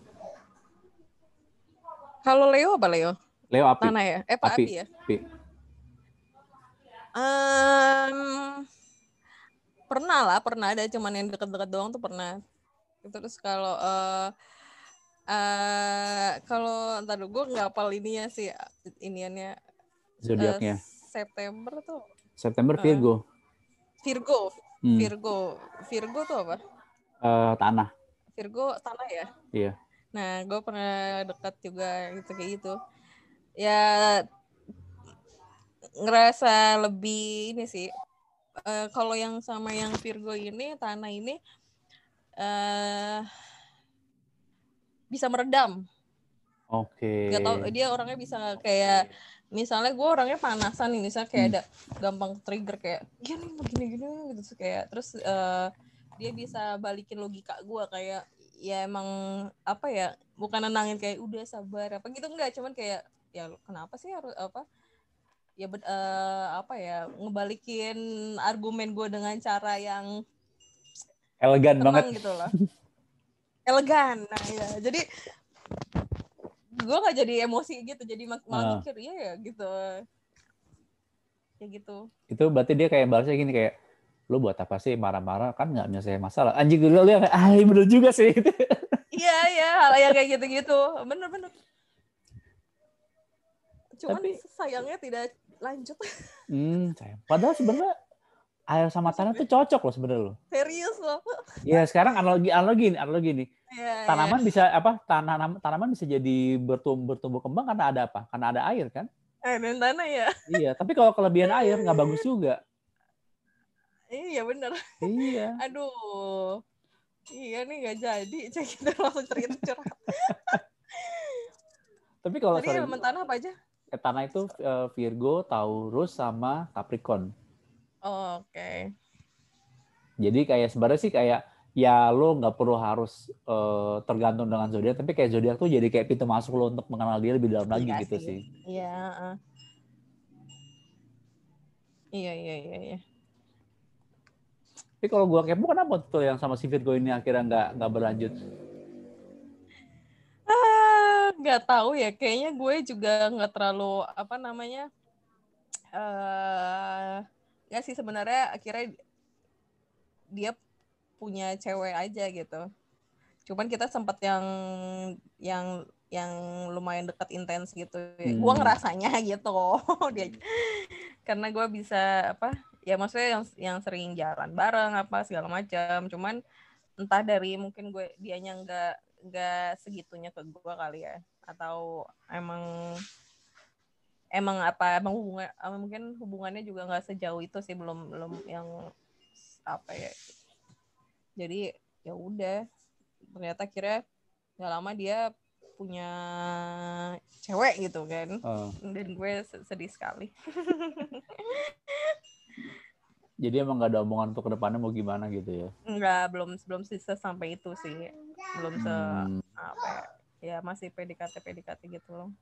Kalau Leo apa Leo? Leo api. Tanah ya? Eh Pak api. api ya? Api. Um, pernah lah, pernah ada cuman yang deket-deket doang tuh pernah. Terus kalau uh, uh, kalau entar gue nggak hafal ininya sih iniannya zodiaknya. Uh, September tuh. September Virgo. Uh, Virgo. Hmm. Virgo. Virgo tuh apa? Uh, tanah. Virgo tanah ya? Iya. Nah, gue pernah dekat juga gitu kayak gitu. Ya ngerasa lebih ini sih. Uh, kalau yang sama yang Virgo ini, tanah ini uh, bisa meredam. Oke. Okay. Gak tau dia orangnya bisa kayak misalnya gue orangnya panasan nih, misalnya kayak hmm. ada gampang trigger kayak gini gini gini gitu kayak terus uh, dia bisa balikin logika gue kayak ya emang apa ya bukan nenangin kayak udah sabar apa gitu enggak, cuman kayak ya kenapa sih harus apa ya uh, apa ya ngebalikin argumen gue dengan cara yang elegan banget gitu loh. Elegan. Nah ya jadi gue gak jadi emosi gitu, jadi mak- malah mikir iya ya gitu kayak gitu. Itu berarti dia kayak balasnya gini kayak lu buat apa sih marah-marah, kan nggak menyelesaikan masalah anjing. Dulu dia kayak ah bener juga sih. Iya iya hal yang kayak gitu-gitu bener-bener. Cuman tapi, sayangnya tidak lanjut. Hmm, sayang. Padahal sebenarnya air sama tanah tuh cocok loh sebenarnya loh. Serius loh. Iya sekarang analogi analogi analogi nih. Ya, tanaman ya. bisa apa? Tanam tanaman bisa jadi bertumbuh bertumbuh kembang karena ada apa? Karena ada air kan? Air dan tanah ya. Iya. Tapi kalau kelebihan air nggak bagus juga. Iya benar. Iya. Aduh. Iya nih nggak jadi. Cek kita langsung cerita curhat. Tapi kalau tadi elemen tanah apa aja? Tanah itu uh, Virgo, Taurus, sama Capricorn. Oh, oke. Okay. Jadi kayak sebenarnya sih kayak ya lo nggak perlu harus uh, tergantung dengan zodiak, tapi kayak zodiak tuh jadi kayak pintu masuk lo untuk mengenal dia lebih dalam lagi gitu sih. Iya. Uh. Iya iya iya. iya. Tapi kalau gua kepo kenapa tuh yang sama si Virgo ini akhirnya nggak nggak berlanjut? Nggak tahu ya, kayaknya gue juga nggak terlalu apa namanya uh, ya sih sebenarnya akhirnya dia punya cewek aja gitu, cuman kita sempat yang yang yang lumayan dekat intens gitu ya. Hmm. Gue ngerasanya gitu dia karena gue bisa apa ya maksudnya yang yang sering jalan bareng apa segala macam, cuman entah dari mungkin gue dianya nggak nggak segitunya ke gue kali ya, atau emang emang apa emang hubungan mungkin hubungannya juga nggak sejauh itu sih, belum belum yang apa ya, jadi ya udah ternyata kira nggak lama dia punya cewek gitu kan. uh. Dan gue sedih sekali. Jadi emang nggak ada omongan untuk kedepannya mau gimana gitu ya? Nggak, belum belum sisa sampai itu sih, belum se hmm. apa ya, ya masih P D K T P D K T gitu loh.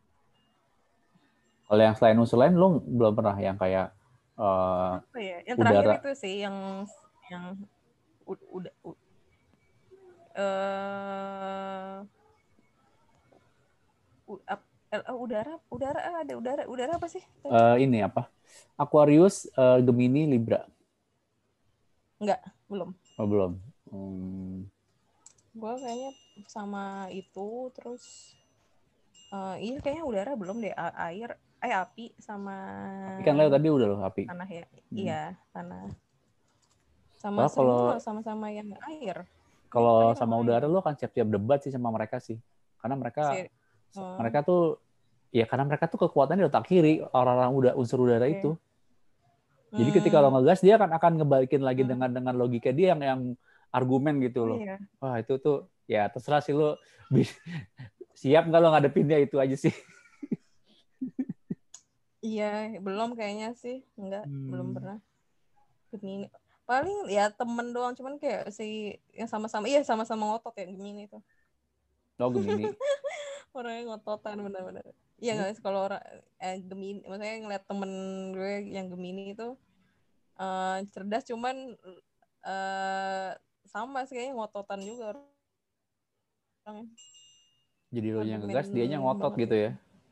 Kalau yang selain unsur lain lo belum pernah yang kayak uh, apa ya? Yang udara. Terakhir itu sih yang yang udah uh, uh, udara udara ada udara udara apa sih? Uh, ini apa? Aquarius, uh, Gemini, Libra. Enggak, belum. Oh, belum. Hmm. Gue kayaknya sama itu, terus uh, iya kayaknya udara belum deh, air, eh api sama. Api kan Leo tadi udah loh api. Tanah ya, hmm. Iya tanah. Sama kalau sama-sama yang air. Kalau sama udara air. Lo kan siap-siap debat sih sama mereka sih, karena mereka si, uh, mereka tuh ya karena mereka tuh kekuatannya di otak kiri orang-orang udah unsur udara okay. itu. Jadi ketika lo ngegas dia kan akan ngebalikin lagi hmm. dengan dengan logika dia yang yang argumen gitu loh. Oh, iya. Wah itu tuh ya terserah sih lo siap nggak lo ngadepinnya, itu aja sih. Iya, belum kayaknya sih. Enggak, hmm. belum pernah. Gemini. Paling ya temen doang, cuman kayak si yang sama-sama, iya sama-sama ngotot ya Gemini itu. Oh, Gemini. Orangnya ngototan benar-benar. Iya nggak sih kalau orang eh, Gemini, maksudnya ngeliat temen gue yang Gemini itu uh, cerdas, cuman uh, sama sih kayaknya ngototan juga orangnya. Jadi lo yang ngegas, dianya ngotot gitu ya?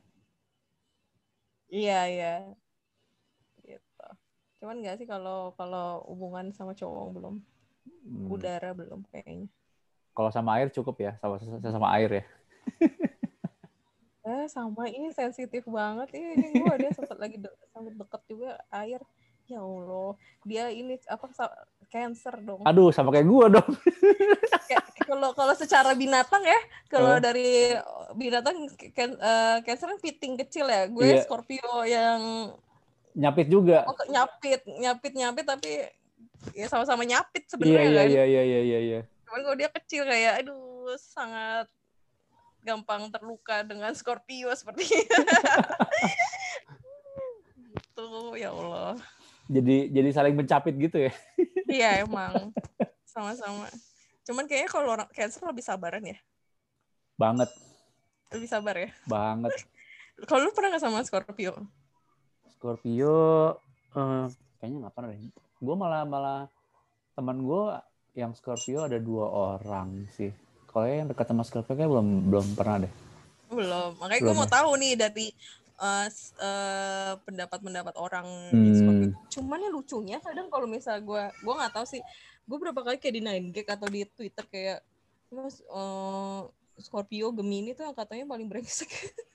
Iya iya. Gitu. Cuman nggak sih kalau kalau hubungan sama cowok belum, hmm. udara belum kayaknya. Kalau sama air cukup ya, sama sama air ya. Eh sama ini sensitif banget ini gue dia sempat lagi de- sempat deket juga air. Ya Allah, dia ini apa cancer dong. Aduh, sama kayak gue dong. Kalau kalau secara binatang ya, kalau uh. dari binatang can, uh, cancer kan piting kecil ya. Gue yeah. Scorpio yang nyapit juga. Oh, nyapit, nyapit, nyapit tapi ya sama-sama nyapit sebenarnya iya, kan. Iya, iya, iya, iya, iya. Cuman kalau dia kecil kayak aduh sangat gampang terluka dengan Scorpio seperti itu. Gitu, ya Allah. Jadi jadi saling mencapit gitu ya. Iya, emang. Sama-sama. Cuman kayaknya kalau orang Cancer lebih sabaran ya. Banget. Lebih sabar ya. Banget. Kalau lu pernah nggak sama Scorpio? Scorpio uh, kayaknya nggak pernah deh. Gue malah malah teman gue yang Scorpio ada dua orang sih. Kalau yang dekat sama Scorpio kayak belum belum pernah deh. Belum. Makanya gue mau tahu nih dari uh, uh, pendapat-pendapat orang hmm. di Scorpio. Cuman yang lucunya kadang kalau misal gue gue nggak tahu sih. Gue berapa kali kayak di nine gag atau di Twitter kayak mas uh, Scorpio Gemini tuh yang katanya paling brengsek.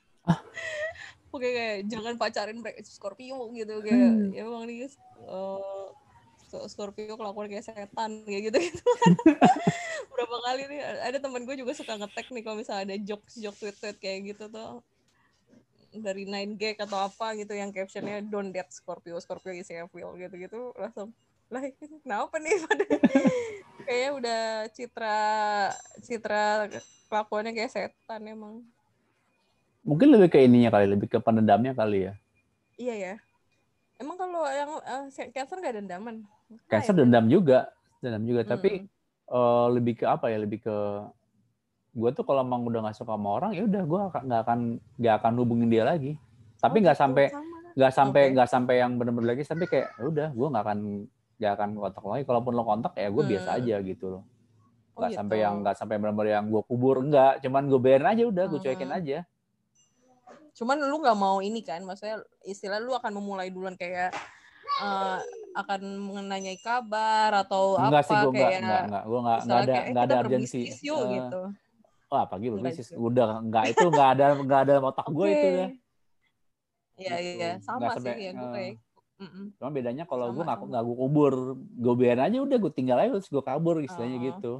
Oke kayak jangan pacarin Scorpio gitu kayak hmm. ya emang nih uh, Scorpio kelakuan kayak setan kayak gitu gitu. Berapa kali nih ada teman gue juga suka nge-tag nih kalau misalnya ada jokes jokes tweet-tweet kayak gitu tuh dari nine gag atau apa gitu yang captionnya don't date Scorpio, Scorpio is evil gitu-gitu langsung lah kenapa nih pada kayaknya udah citra citra kelakuannya kayak setan emang. Mungkin lebih ke ininya kali, lebih ke pendendamnya kali ya. Iya ya. Emang kalau yang uh, Cancer nggak dendaman? Cancer nah, dendam juga, dendam juga. Hmm. Tapi uh, lebih ke apa ya? Lebih ke gue tuh kalau emang udah nggak suka sama orang, ya udah gue nggak akan nggak akan hubungin dia lagi. Tapi nggak oh, sampai nggak sampai nggak okay. sampai yang benar-benar lagi. Tapi kayak udah gue nggak akan nggak akan kontak lagi. Kalaupun lo kontak ya gue hmm. biasa aja gitu loh. Nggak oh, gitu. sampai yang nggak sampai benar-benar yang gue kubur enggak. Cuman gue biarin aja udah, gue cuekin hmm. aja. Cuman lu nggak mau ini kan, maksudnya istilah lu akan memulai duluan kayak uh, akan menanyai kabar atau enggak apa sih, gua kayak enggak, enggak, gua enggak, enggak ada, kayak, enggak eh, ada urgensi. Yuk, uh, gitu. Wah, pagi berbisnis. Udah enggak itu enggak ada enggak ada otak okay. gue itu dah. Iya, gitu. Iya, sama nggak sih ya gue uh, kayak. Uh-uh. Cuma bedanya kalau gue enggak enggak gue kubur, gue biarin aja udah gue tinggal aja terus gue kabur istilahnya uh. gitu.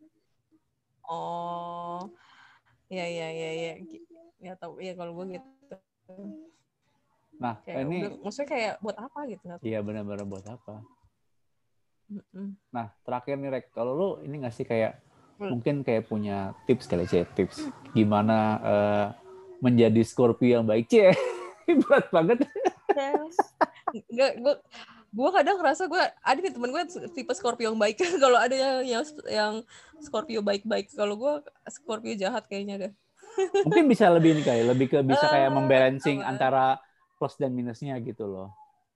Oh. Iya, iya, iya, iya. Ya tahu ya kalau gue gitu. Nah, kayak ini udah, maksudnya kayak buat apa gitu? Iya benar-benar buat apa? Mm-mm. Nah, terakhir nih Rek, kalau lu ini nggak sih kayak mm. mungkin kayak punya tips kali sih tips gimana uh, menjadi Scorpio yang baik cie? Berat banget. Enggak, gue gue kadang ngerasa gue ada nih temen gue tipe Scorpio yang baik. Kalau ada yang yang yang Scorpio baik-baik, kalau gue Scorpio jahat kayaknya deh. Mungkin bisa lebih ini kayak lebih ke bisa kayak membalancing uh, antara plus dan minusnya gitu loh.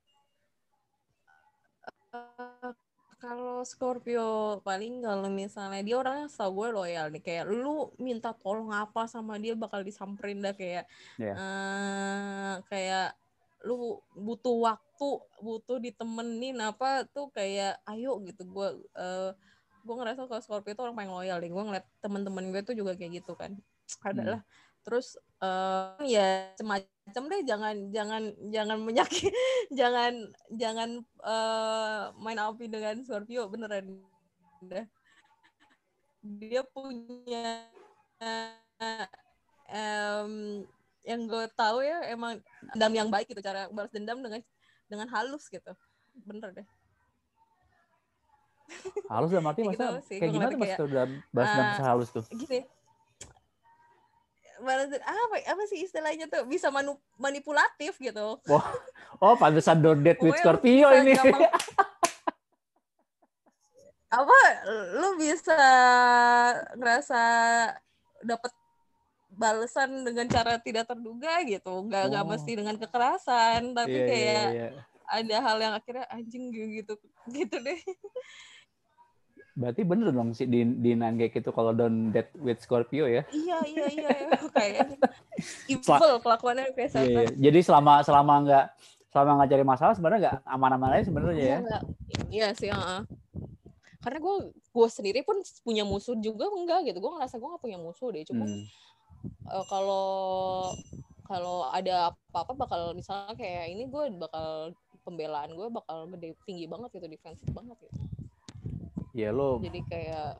Uh, kalau Scorpio paling kalau misalnya dia orangnya setahu gue loyal nih, kayak lu minta tolong apa sama dia bakal disamperin dah kayak yeah. uh, kayak lu butuh waktu butuh ditemenin apa tuh kayak ayo gitu. Gue uh, gue ngerasa kalau Scorpio itu orang paling loyal deh. Gue ngeliat teman-teman gue tuh juga kayak gitu kan. Adalah hmm. terus uh, ya semacam deh jangan jangan jangan menyakiti jangan jangan uh, main api dengan Scorpio beneran deh. Dia punya uh, um, yang gue tahu ya emang dendam yang baik gitu, cara balas dendam dengan dengan halus gitu, bener deh. Halus dalam arti masa gitu kayak gimana tuh mas kayak, udah balas dendam uh, halus tuh? Gini, balas apa apa sih istilahnya tuh bisa manu, manipulatif gitu. Oh, oh pantesan don't date with Scorpio ini. Gampang, apa lu bisa ngerasa dapat balasan dengan cara tidak terduga gitu, nggak nggak oh. mesti dengan kekerasan, tapi yeah, kayak yeah, yeah. ada hal yang akhirnya anjing gitu gitu deh. Berarti bener dong sih di di Nanggek itu kalau don't date with Scorpio ya? Iya iya iya kayak evil kelakuannya kayak iya, iya. Jadi selama selama nggak selama nggak cari masalah sebenarnya nggak aman-aman aja sebenarnya ya? Iya, iya sih. Uh-uh. Karena gue gue sendiri pun punya musuh juga enggak gitu. Gue ngerasa gue nggak punya musuh deh. Cuma hmm. uh, kalau kalau ada apa-apa bakal misalnya kayak ini gue bakal pembelaan gue bakal gede tinggi banget gitu, defensif banget gitu. Ya lo jadi kayak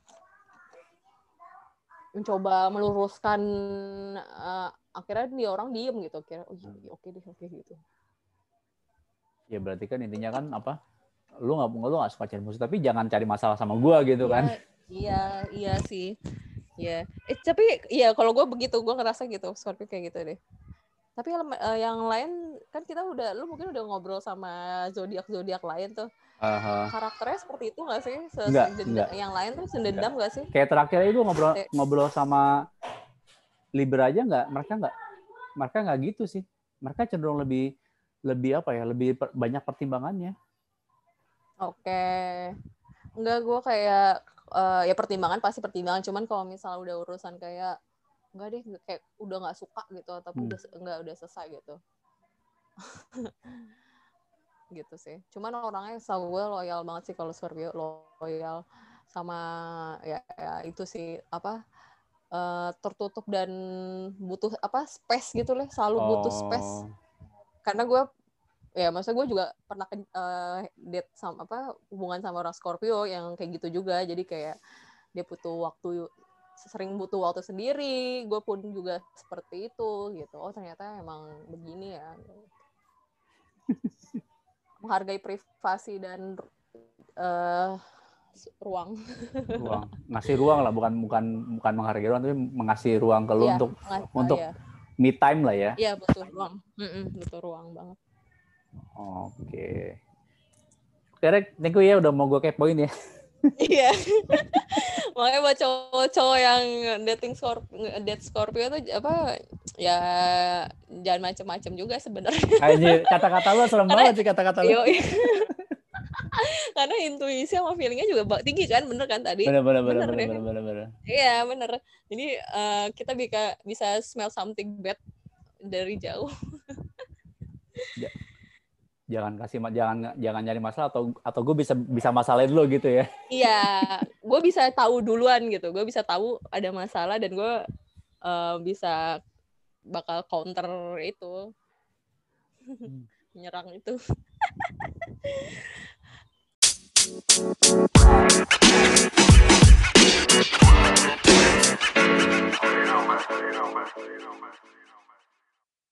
mencoba meluruskan uh, akhirnya dia orang diem gitu kira oh iya oke deh oke gitu ya berarti kan intinya kan apa lu nggak lu nggak suka cari musuh tapi jangan cari masalah sama gua gitu ya, kan iya iya sih ya eh, tapi iya kalau gua begitu gua ngerasa gitu Scorpio kayak gitu deh tapi uh, yang lain kan kita udah lu mungkin udah ngobrol sama zodiak zodiak lain tuh. Uh-huh. Karakternya seperti itu nggak sih? Enggak, enggak. Yang lain tuh sendendam nggak sih? Kayak terakhir itu ngobrol Oke. ngobrol sama Libra aja nggak, mereka nggak, mereka nggak gitu sih. Mereka cenderung lebih lebih apa ya, lebih per, banyak pertimbangannya. Oke, enggak gue kayak uh, ya pertimbangan pasti pertimbangan. Cuman kalau misalnya udah urusan kayak enggak deh, kayak udah nggak suka gitu ataupun hmm. udah enggak udah selesai gitu. gitu sih. Cuman orangnya sama gue loyal banget sih kalau Scorpio, loyal sama ya, ya itu sih apa uh, tertutup dan butuh apa space gitu lah, selalu oh. butuh space. Karena gue ya maksudnya gue juga pernah uh, date sama apa hubungan sama orang Scorpio yang kayak gitu juga. Jadi kayak dia butuh waktu sering butuh waktu sendiri, gue pun juga seperti itu gitu. Oh ternyata emang begini ya. Menghargai privasi dan uh, ruang. Ruang. Ngasih ruang lah, bukan bukan bukan menghargai ruang, tapi mengasih ruang ke lu yeah, untuk ngas- untuk yeah. me time lah ya. Iya yeah, butuh ruang, Mm-mm, butuh ruang banget. Oke. Okay. Kerek, thank you ya udah mau gue kepoin ya. Iya. Makanya buat cowok-cowok yang dating Scorpio, date Scorpio tuh apa ya jangan macem-macem juga sebenarnya. Anjir, kata-kata lo serem banget sih kata-kata lo. Karena intuisi sama feelingnya juga tinggi kan, bener kan tadi? Bener bener bener bener bener bener. bener. Iya bener. Jadi uh, kita bisa bisa smell something bad dari jauh. Ja, jangan kasih jangan jangan nyari masalah atau atau gue bisa bisa masalahin lo gitu ya. Iya, gue bisa tahu duluan gitu. Gue bisa tahu ada masalah dan gue uh, bisa bakal counter itu. Hmm. Menyerang itu. You know, man. You know, man. You know, man.